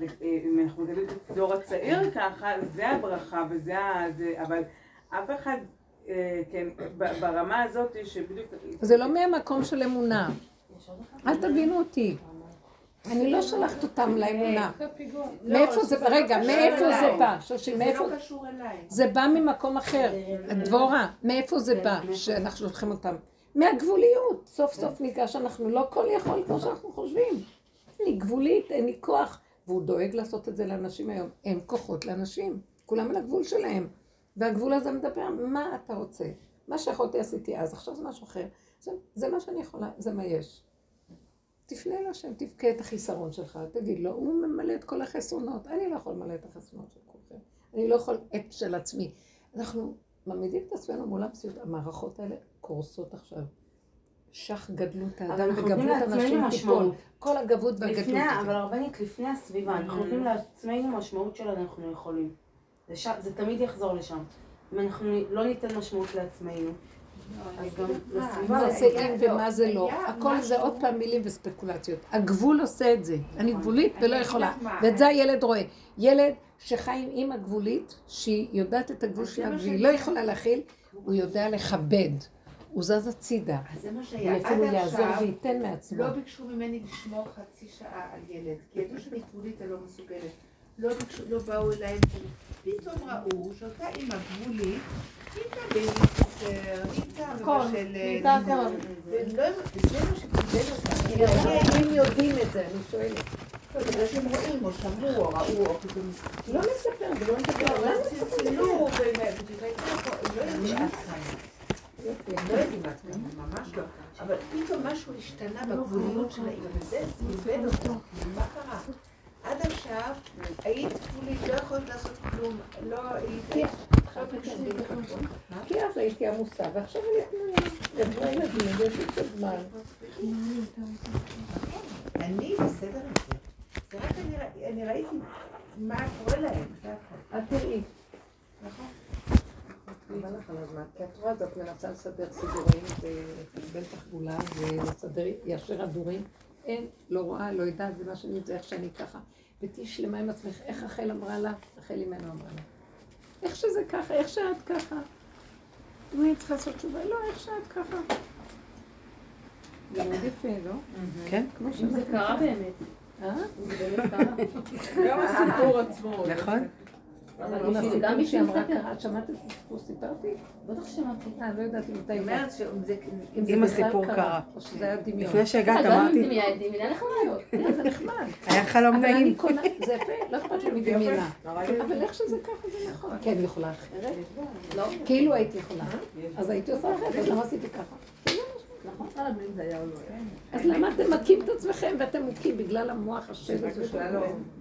את דור הצעיר ככה, זה הברכה וזה אבל אף אחד, כן, ברמה הזאת שבדיוק... זה לא מהמקום של אמונה. אל תבינו אותי. אני לא שלחת אותם לאמונה. מאיפה זה, רגע, מאיפה זה בא? שושי, מאיפה? זה לא קשור אליי. זה בא ממקום אחר. דבורה, מאיפה זה בא שאנחנו שולחים אותם? מהגבוליות. סוף סוף ניגש, אנחנו לא כל יכול כמו שאנחנו חושבים. אני גבולית, אין לי כוח. והוא דואג לעשות את זה לאנשים היום. אין כוחות לאנשים. כולם על הגבול שלהם. והגבול הזה מדבר, מה אתה רוצה? מה שיכולתי עשיתי אז, עכשיו זה משהו אחר. זה מה שאני יכולה, זה מה יש. תפנה לשם, תבכה את החיסרון שלך, תגיד לו, הוא ממלא את כל החסרונות. אני לא יכול למלא את החסרונות של כולכם. אני לא יכול את של עצמי. אנחנו מעמידים את עצמנו מול המציאות. המערכות האלה קורסות עכשיו. שח גדלות האדם וגבלות אנשים תיפול. כל הגבות והגדלות. אבל הרבנית, לפני הסביבה, אנחנו נותנים לעצמנו משמעות של אנחנו יכולים. זה תמיד יחזור לשם. אם אנחנו לא ניתן משמעות לעצמנו, אז גם לסביבה... מה זה אם ומה זה לא. הכל זה עוד פעם מילים וספקולציות. הגבול עושה את זה. אני גבולית ולא יכולה. ואת זה הילד רואה. ילד שחי עם אמא גבולית, שהיא יודעת את הגבול שלה והיא לא יכולה להכיל, הוא יודע לכבד. הוא זז הצידה. אז זה מה שהיה. הוא אפילו עד יעזור עכשיו וייתן מעצמו. לא ביקשו ממני לשמור חצי שעה על ילד, כי ידעו שאני גבולית אני לא מסוגלת. לא באו אליי, פתאום ראו שאותה אימא גבולית, ניתה בייביסיטר, ניתה מבשלת, וזה מה שקיבל אותה. הם יודעים את זה, אני שואלת. בגלל שהם רואים, או שמעו, או ראו, או פתאום... לא מספר, זה לא מדבר. הם צלצלו, הם לא יודעים עד כמה. הם לא יודעים עד כמה, ממש לא. אבל פתאום משהו השתנה בגבוליות של האימא, וזה מבן אותו. מה קרה? עד עכשיו היית גבולית, לא יכולת לעשות כלום, לא היית... כי אז הייתי עמוסה, ועכשיו אני תנועה. גדרה ילדים, ויש לי קצת זמן. אני בסדר עם זה. זה רק אני ראיתי מה קורה להם, זה הכל. את תראי. נכון? חבל לך על הזמן, כי את רואה הזאת מנסה לסדר סידורים ולקבל תחבולה ולסדר ישר הדורים. אין, לא רואה, לא יודעת, זה מה שאני יודע, איך שאני ככה. ותהי שלמה עם עצמך, איך רחל אמרה לה? רחל אימנו אמרה לה. איך שזה ככה, איך שאת ככה. אם אני צריכה לעשות תשובה, לא, איך שאת ככה. זה מאוד יפה, לא? כן? כמו אם זה קרה באמת. אה? אם זה באמת קרה. גם הסיפור עצמו. נכון? אבל הסיפור גם מי שהיא אמרה שמספר. קרה, את שמעת את הסיפור? סיפרתי? בטח שמעתי. לא יודעת אם אתה היא יודעת. אומרת שאם זה... אם הסיפור קרה. או שזה היה דמיון. לפני שהגעת גם אם אמרתי, דמיין נחמד. זה נחמד. היה חלום אבל אני נעים. קונה, זה יפה, לא אכפת לי מדמיינה. אבל איך שזה ככה זה נכון. כי אני יכולה אחרת? לא? כאילו הייתי יכולה. אז הייתי עושה אחרת, אז למה עשיתי ככה? נכון. אז למה אתם מכים את עצמכם ואתם מוכים בגלל המוח השד הזה שלנו?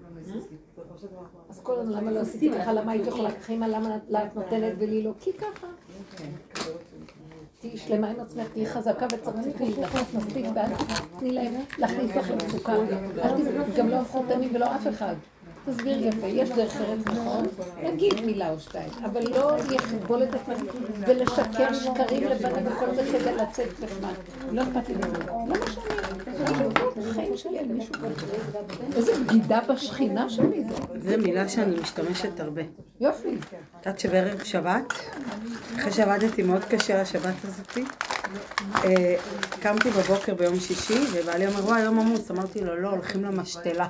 אז כל הזמן למה לא עשיתי ככה, למה הייתי יכולה ככה, למה את נותנת ולי לא? כי ככה. תהיי שלמה עם עצמך, תהיי חזקה וצרצפי, נכנס מספיק ואל תתני להם להכניס לכם מצוקה. גם לא חותמים ולא אף אחד. תסביר יפה, יש דרך ארץ נכון, נגיד מילה או שתיים, אבל לא יכבול את עצמך ולשקר שקרים לבנה וכל זה כדי לצאת נחמד. לא אכפת לי מזה. לא משנה, החיים שלי על מישהו כזה. איזה בגידה בשכינה שלי זה. זו מילה שאני משתמשת הרבה. יופי. יודעת שבערב שבת, אחרי שעבדתי מאוד קשה לשבת הזאתי, קמתי בבוקר ביום שישי, ובעלי אומר, וואי, יום עמוס. אמרתי לו, לא, הולכים למשתלה.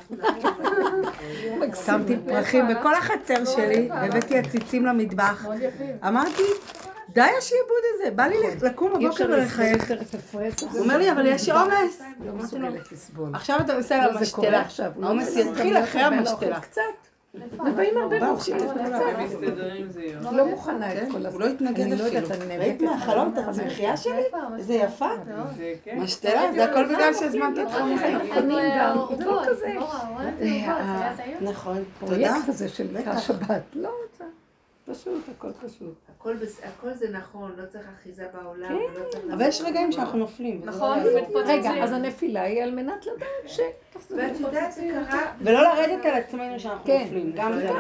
שמתי פרחים בכל החצר שלי, הבאתי עציצים למטבח. אמרתי, די השיעבוד הזה, בא לי לקום בבוקר ולחייך. הוא אומר לי, אבל יש עומס. עכשיו אתה עושה למשתלה. העומס יתחיל אחרי המשתלה. ובאים הרבה מוכשים, מסתדרים זה יום. לא מוכנה את כל הוא לא התנגד אפילו. ראית מהחלום את הצמחייה שלי? איזה יפה. זה כן. משתלה, זה הכל בגלל שהזמנת אותך. חנים גם, לא כזה. נכון, תודה. פרויקט כזה של השבת, לא רוצה. פשוט, הכל פשוט. הכל זה נכון, לא צריך אחיזה בעולם. אבל יש רגעים שאנחנו נופלים. נכון, רגע, אז הנפילה היא על מנת לדעת ש... ואת יודעת, זה קרה... ולא לרדת על עצמנו שאנחנו כן. נופלים. גם זה.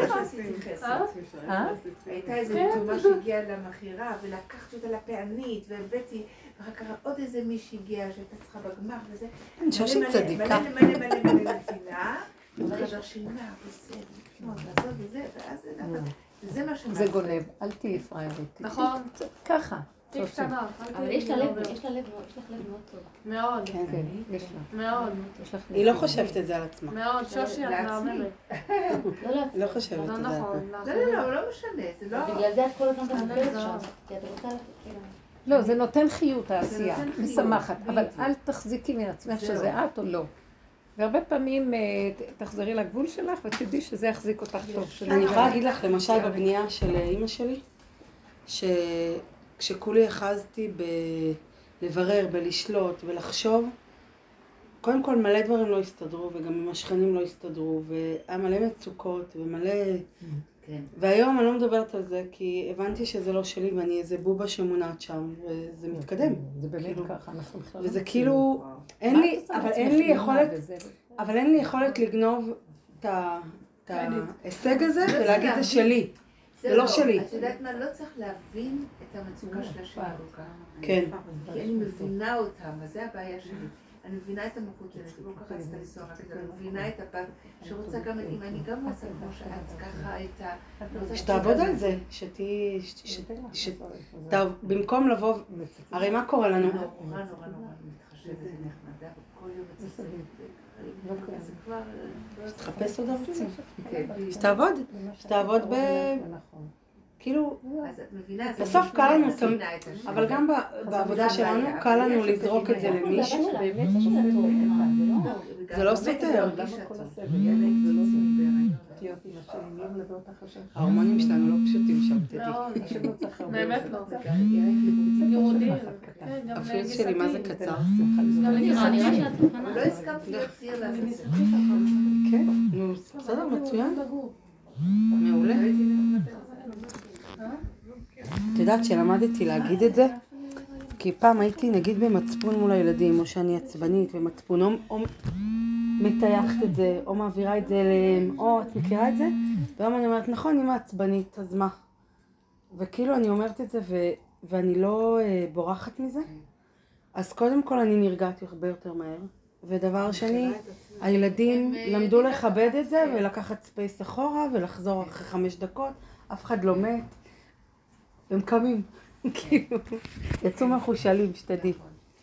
הייתה איזו תומה שהגיעה למכירה, ולקחתי אותה לפענית, והבאתי, ואחר כך עוד איזה מישהי הגיעה שהייתה צריכה בגמר וזה. שושי צדיקה. מלא נפילה, ואחר שילמה, וזה, וזה, ואז זה מה שמאחר. זה גונב, אל תהיי פריירית. נכון. ככה. תיק קטנה. אבל יש לה לב, יש לך לב מאוד טוב. מאוד. כן, יש לה. מאוד. יש לך היא לא חושבת את זה על עצמה. מאוד. שושי, את מהממת. היא לא חושבת לא את זה על נכון. עצמה. לא משנה, זה לא... בגלל זה את כל הזמן תמפלת שם. כי את רוצה... לא, זה נותן חיות העשייה, נותן חיות, משמחת, אבל בדיוק. אל תחזיקי מעצמך זהו. שזה את או לא. והרבה פעמים תחזרי לגבול שלך ותדעי שזה יחזיק אותך טוב. אני יכולה להגיד לך, למשל בבנייה של אמא שלי, שכולי אחזתי בלברר, בלשלוט ולחשוב, קודם כל מלא דברים לא הסתדרו, וגם עם השכנים לא הסתדרו, והיה מלא מצוקות ומלא... כן. והיום אני לא מדברת על זה, כי הבנתי שזה לא שלי, ואני איזה בובה שמונעת שם, וזה מתקדם. זה באמת כאילו. ככה, אנחנו בכלל... וזה כאילו, אין לי, אבל אין לי יכולת לגנוב את ההישג הזה ולהגיד זה שלי. זה לא שלי. את יודעת מה? לא צריך להבין את המצוקה של השני. כן. כי אני מבינה אותם, אז זה הבעיה שלי. אני מבינה את המקוטלת, לא ככה רצתה לנסוע רק את זה, אני מבינה את הבת שרוצה גם, אם אני גם רוצה כמו שאת ככה הייתה... שתעבוד על זה, במקום לבוא, הרי מה קורה לנו? נורא מתחשבת ונחמדה, וכל יום מצטערת. זה כבר... שתחפש עוד ערוצים. שתעבוד כאילו, אז את מבינה, בסוף קל לנו, אבל גם בעבודה שלנו קל לנו לזרוק את זה למישהו. זה לא סותר. ההורמונים שלנו לא פשוטים שם, תדעי. באמת לא. גירודים. הפיוס שלי מה זה קצר. נראה שאת מוכנה. לא הסכמתי להציע לעשות. כן, נו, בסדר, מצוין. מעולה. את יודעת שלמדתי להגיד את זה? כי פעם הייתי נגיד במצפון מול הילדים, או שאני עצבנית ומצפון, או מטייחת את זה, או מעבירה את זה אליהם, או את מכירה את זה? והיום אני אומרת, נכון, אם עצבנית, אז מה? וכאילו אני אומרת את זה ואני לא בורחת מזה. אז קודם כל אני נרגעתי הרבה יותר מהר. ודבר שני, הילדים למדו לכבד את זה ולקחת ספייס אחורה ולחזור אחרי 5 דקות. אף אחד לא מת. הם קמים. כאילו, יצאו מחושלים, שתדעי.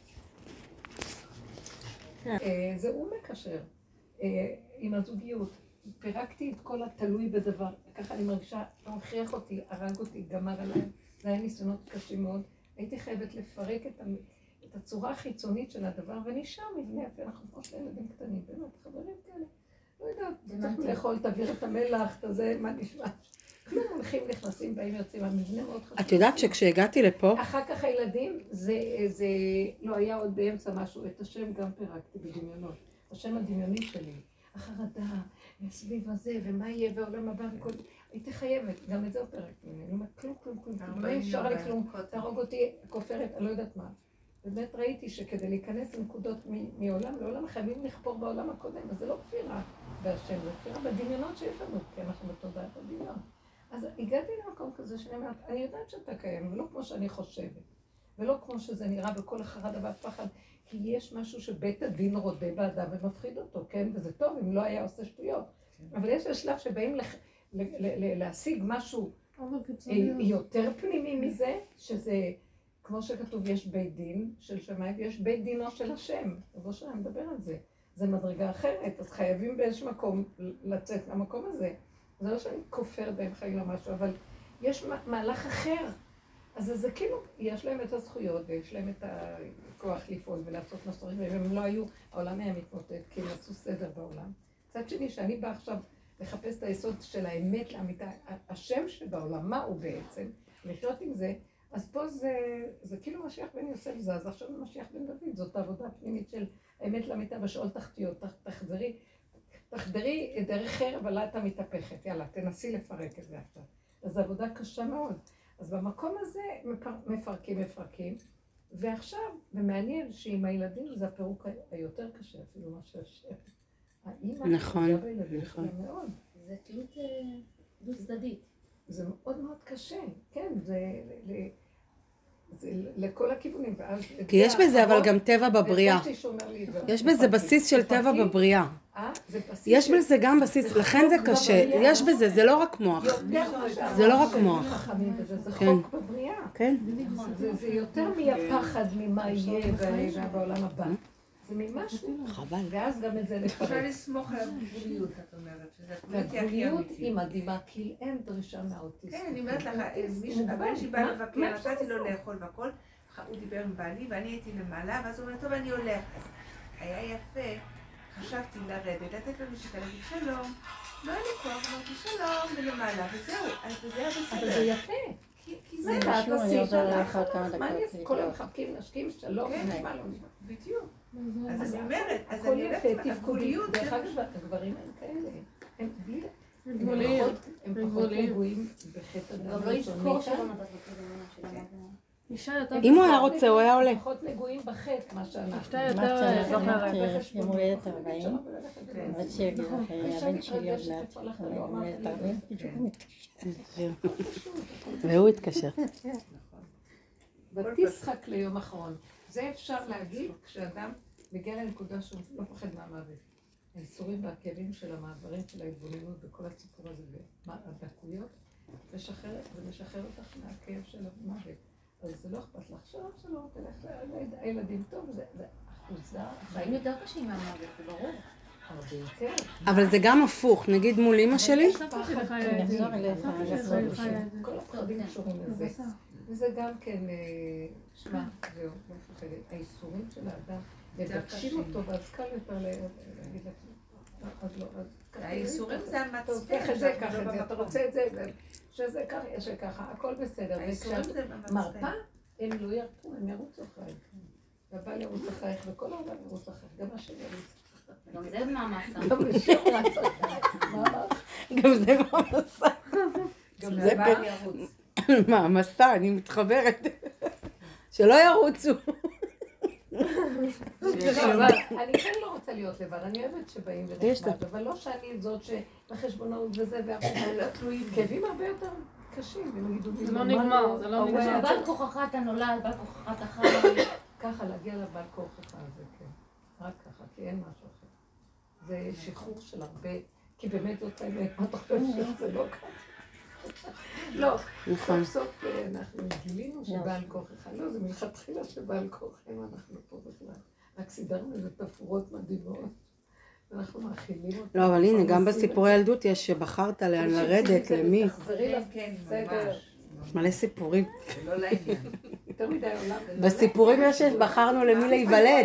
זה הוא מקשר עם הזוגיות. פירקתי את כל התלוי בדבר. ככה אני מרגישה, הוא הכריח אותי, הרג אותי, גמר עליי. זה היה ניסיונות קשים מאוד. הייתי חייבת לפרק את הצורה החיצונית של הדבר, ונשאר מבנה יפה. אנחנו כמו שני ילדים קטנים, באמת, חברים כאלה. לא יודעת, צריך לאכול, תעביר את המלח, את זה, מה נשמע? כלום הולכים, נכנסים, באים, יוצאים, המבנה מאוד חשוב. את יודעת שכשהגעתי לפה... אחר כך הילדים, זה לא היה עוד באמצע משהו, את השם גם פירקתי בדמיונות. השם הדמיוני שלי, החרדה, סביב הזה, ומה יהיה בעולם הבא וכל... הייתי חייבת, גם את זה פירקתי ממני. אני אומרת, כלום, לא אפשר לי כלום, תהרוג אותי, כופרת, אני לא יודעת מה. באמת ראיתי שכדי להיכנס לנקודות מעולם לעולם, חייבים לכפור בעולם הקודם, אז זה לא כפירה בהשם, זה כפירה בדמיונות שיש לנו, כי אנחנו בתודעת הדמיון. אז הגעתי למקום כזה שאני אומרת, אני יודעת שאתה קיים, ולא כמו שאני חושבת, ולא כמו שזה נראה בכל החרדה והפחד, כי יש משהו שבית הדין רודה באדם ומפחיד אותו, כן? וזה טוב אם לא היה עושה שטויות. אבל יש שלב שבאים להשיג משהו יותר פנימי מזה, שזה, כמו שכתוב, יש בית דין של שמיים ויש בית דינו של השם. אז לא שאני מדבר על זה. זה מדרגה אחרת, אז חייבים באיזשהו מקום לצאת למקום הזה. זה לא שאני כופרת בהם חלילה משהו, אבל יש מהלך אחר. אז זה כאילו, יש להם את הזכויות ויש להם את הכוח לפעול ולעשות מסורים, ואם הם לא היו, העולם היה מתמוטט, כי הם עשו סדר בעולם. צד שני, שאני באה עכשיו לחפש את היסוד של האמת לאמיתה, השם שבעולם, מה הוא בעצם, לחיות עם זה, אז פה זה כאילו משיח בן יוסף זז, עכשיו זה משיח בן דוד, זאת העבודה הפנימית של האמת לאמיתה בשאול תחתיות, תחדרי דרך חרב, אבל אתה מתהפכת, יאללה, תנסי לפרק את זה עכשיו. אז זו עבודה קשה מאוד. אז במקום הזה מפרקים, ועכשיו, ומעניין שעם הילדים זה הפירוק היותר קשה, אפילו מה שהשם. האמא, נכון, נכון. מאוד. זה תלות דו צדדית. זה מאוד מאוד קשה, כן, זה לכל הכיוונים, ואז... כי יש בזה אבל גם טבע בבריאה. יש בזה בסיס של טבע בבריאה. יש בזה גם בסיס, לכן זה קשה. יש בזה, זה לא רק מוח. זה לא רק מוח. זה חוק בבריאה. כן. זה יותר מהפחד ממה יהיה בעולם הבא. זה ממשהו. חבל. ואז גם את זה אפשר לפרק. לסמוך על הגבוליות, את אומרת, שזה והגבוליות היא מדהימה, כי אין דרישה מהאוטיסטים. כן, אני אומרת לך, הבן שלי בא לבקר, נתתי לו לאכול והכל, הוא דיבר עם בעלי ואני הייתי למעלה, ואז הוא אומר, טוב, אני הולך. אז היה יפה, חשבתי לרדת, לתת לו נשיקה, להגיד שלום, לא היה לי כוח, אמרתי שלום, ולמעלה, וזהו, וזה היה בסדר. אבל זה יפה. כי זה מה משהו, אני עוזר לך עוד כמה מה אני דקות. אעשה? כל היום מחבקים, נשקים, שלום, כן. מה לא. בדיוק. אז אני אומרת, אז הכל אני יפה, הולכת, תפקודים. הגבוליות, דרך אגב, הגברים הם כאלה. הם בלי... גבוליים. הם פחות נגועים בחטא גם הדם. לא יזכור שלא נתת לו כזה מנה של אישה יותר... אם הוא היה רוצה, הוא היה הולך. פחות נגועים בחטא, מה שאנחנו. אישה יותר זוכרת. יום הולדת 40, עד שיגיד לך, הבן שלי עוד מעט, יום הולדת 40, בדיוק הוא מתקשר. והוא התקשר. ותשחק ליום אחרון. זה אפשר להגיד כשאדם מגיע לנקודה שהוא לא פוחד מהמוות. האיסורים והכאבים של המעברים של ההתבוננות וכל הסיפור הזה והדקויות, זה משחרר אותך מהכאב של המוות. אז זה לא אכפת לך, שלום, תלך לילדים טוב, זה אחוזה. חיים יותר קשים מהמוות, זה ברור. אבל זה גם הפוך, נגיד מול אמא שלי. אני אחזור אליך, אני אחזור אליך. כל הפחדים קשורים לזה. וזה גם כן, שמע, זהו, לא מפחדת. האיסורים של האדם, מבקשים אותו, ואז קל יותר להגיד לך, אז לא, אז ככה. האיסורים זה המצפן. קח את זה, קח את זה, אתה רוצה את זה, שזה ככה, שככה, הכל בסדר. האיסורים זה המצפן. מרפא, הם לא ירפו, הם ירוצו אחריך. והבעל ירוץ אחריך, וכל העולם ירוץ אחריך, גם השם ירוץ. גם זה מעמסה. גם השם רץ אחריך. מה אמרת? גם זה מעמסה. גם זה הבעל ירוץ. מעמסה, אני מתחברת. שלא ירוצו. אבל אני כן לא רוצה להיות לבד, אני אוהבת שבאים ונחמד, אבל לא שאני זאת שבחשבונאות וזה והרבה לא תלויים. כאבים הרבה יותר קשים, הם יגידו לי, זה לא נגמר, זה לא נגמר. בעל כוחך אתה נולד, בעל כוחך אתה חי. ככה להגיע לבעל כוחך הזה, כן. רק ככה, כי אין משהו אחר. זה שחרור של הרבה, כי באמת זאת האמת, מה אתה חושב שזה לא ככה? לא, סוף סוף אנחנו גילינו שבעל כוחך, לא, זה מלכתחילה שבעל כוחנו אנחנו פה בכלל. רק סידרנו איזה תפאורות מדהימות. אנחנו מאכילים אותם. לא, אבל הנה, גם בסיפורי ילדות יש שבחרת לאן לרדת, למי. כן, ממש. מלא סיפורים. לא לעניין. יותר מדי עולם. בסיפורים יש שבחרנו למי להיוולד.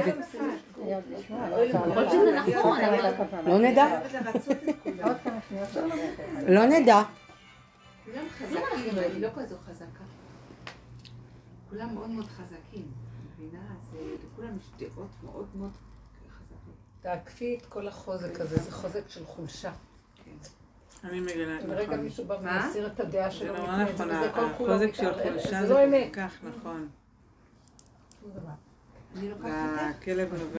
יכול שזה נכון, אבל... לא נדע. עוד כמה שניות. לא נדע. כולם חזקים, אני לא כזו חזקה. כולם מאוד מאוד חזקים. מבינה? לכולם יש דעות מאוד מאוד חזקות. תעקפי את כל החוזק הזה, זה חוזק של חולשה. אני מגלה, ברגע נכון. מישהו בא מה? ומסיר את הדעה זה שלו, נורא נכון, וזה כל כולו החוזק של מתערער. חולשה זה זה לא כל אמת. כך נכון. אני לוקחת אותך. והכלב נובח.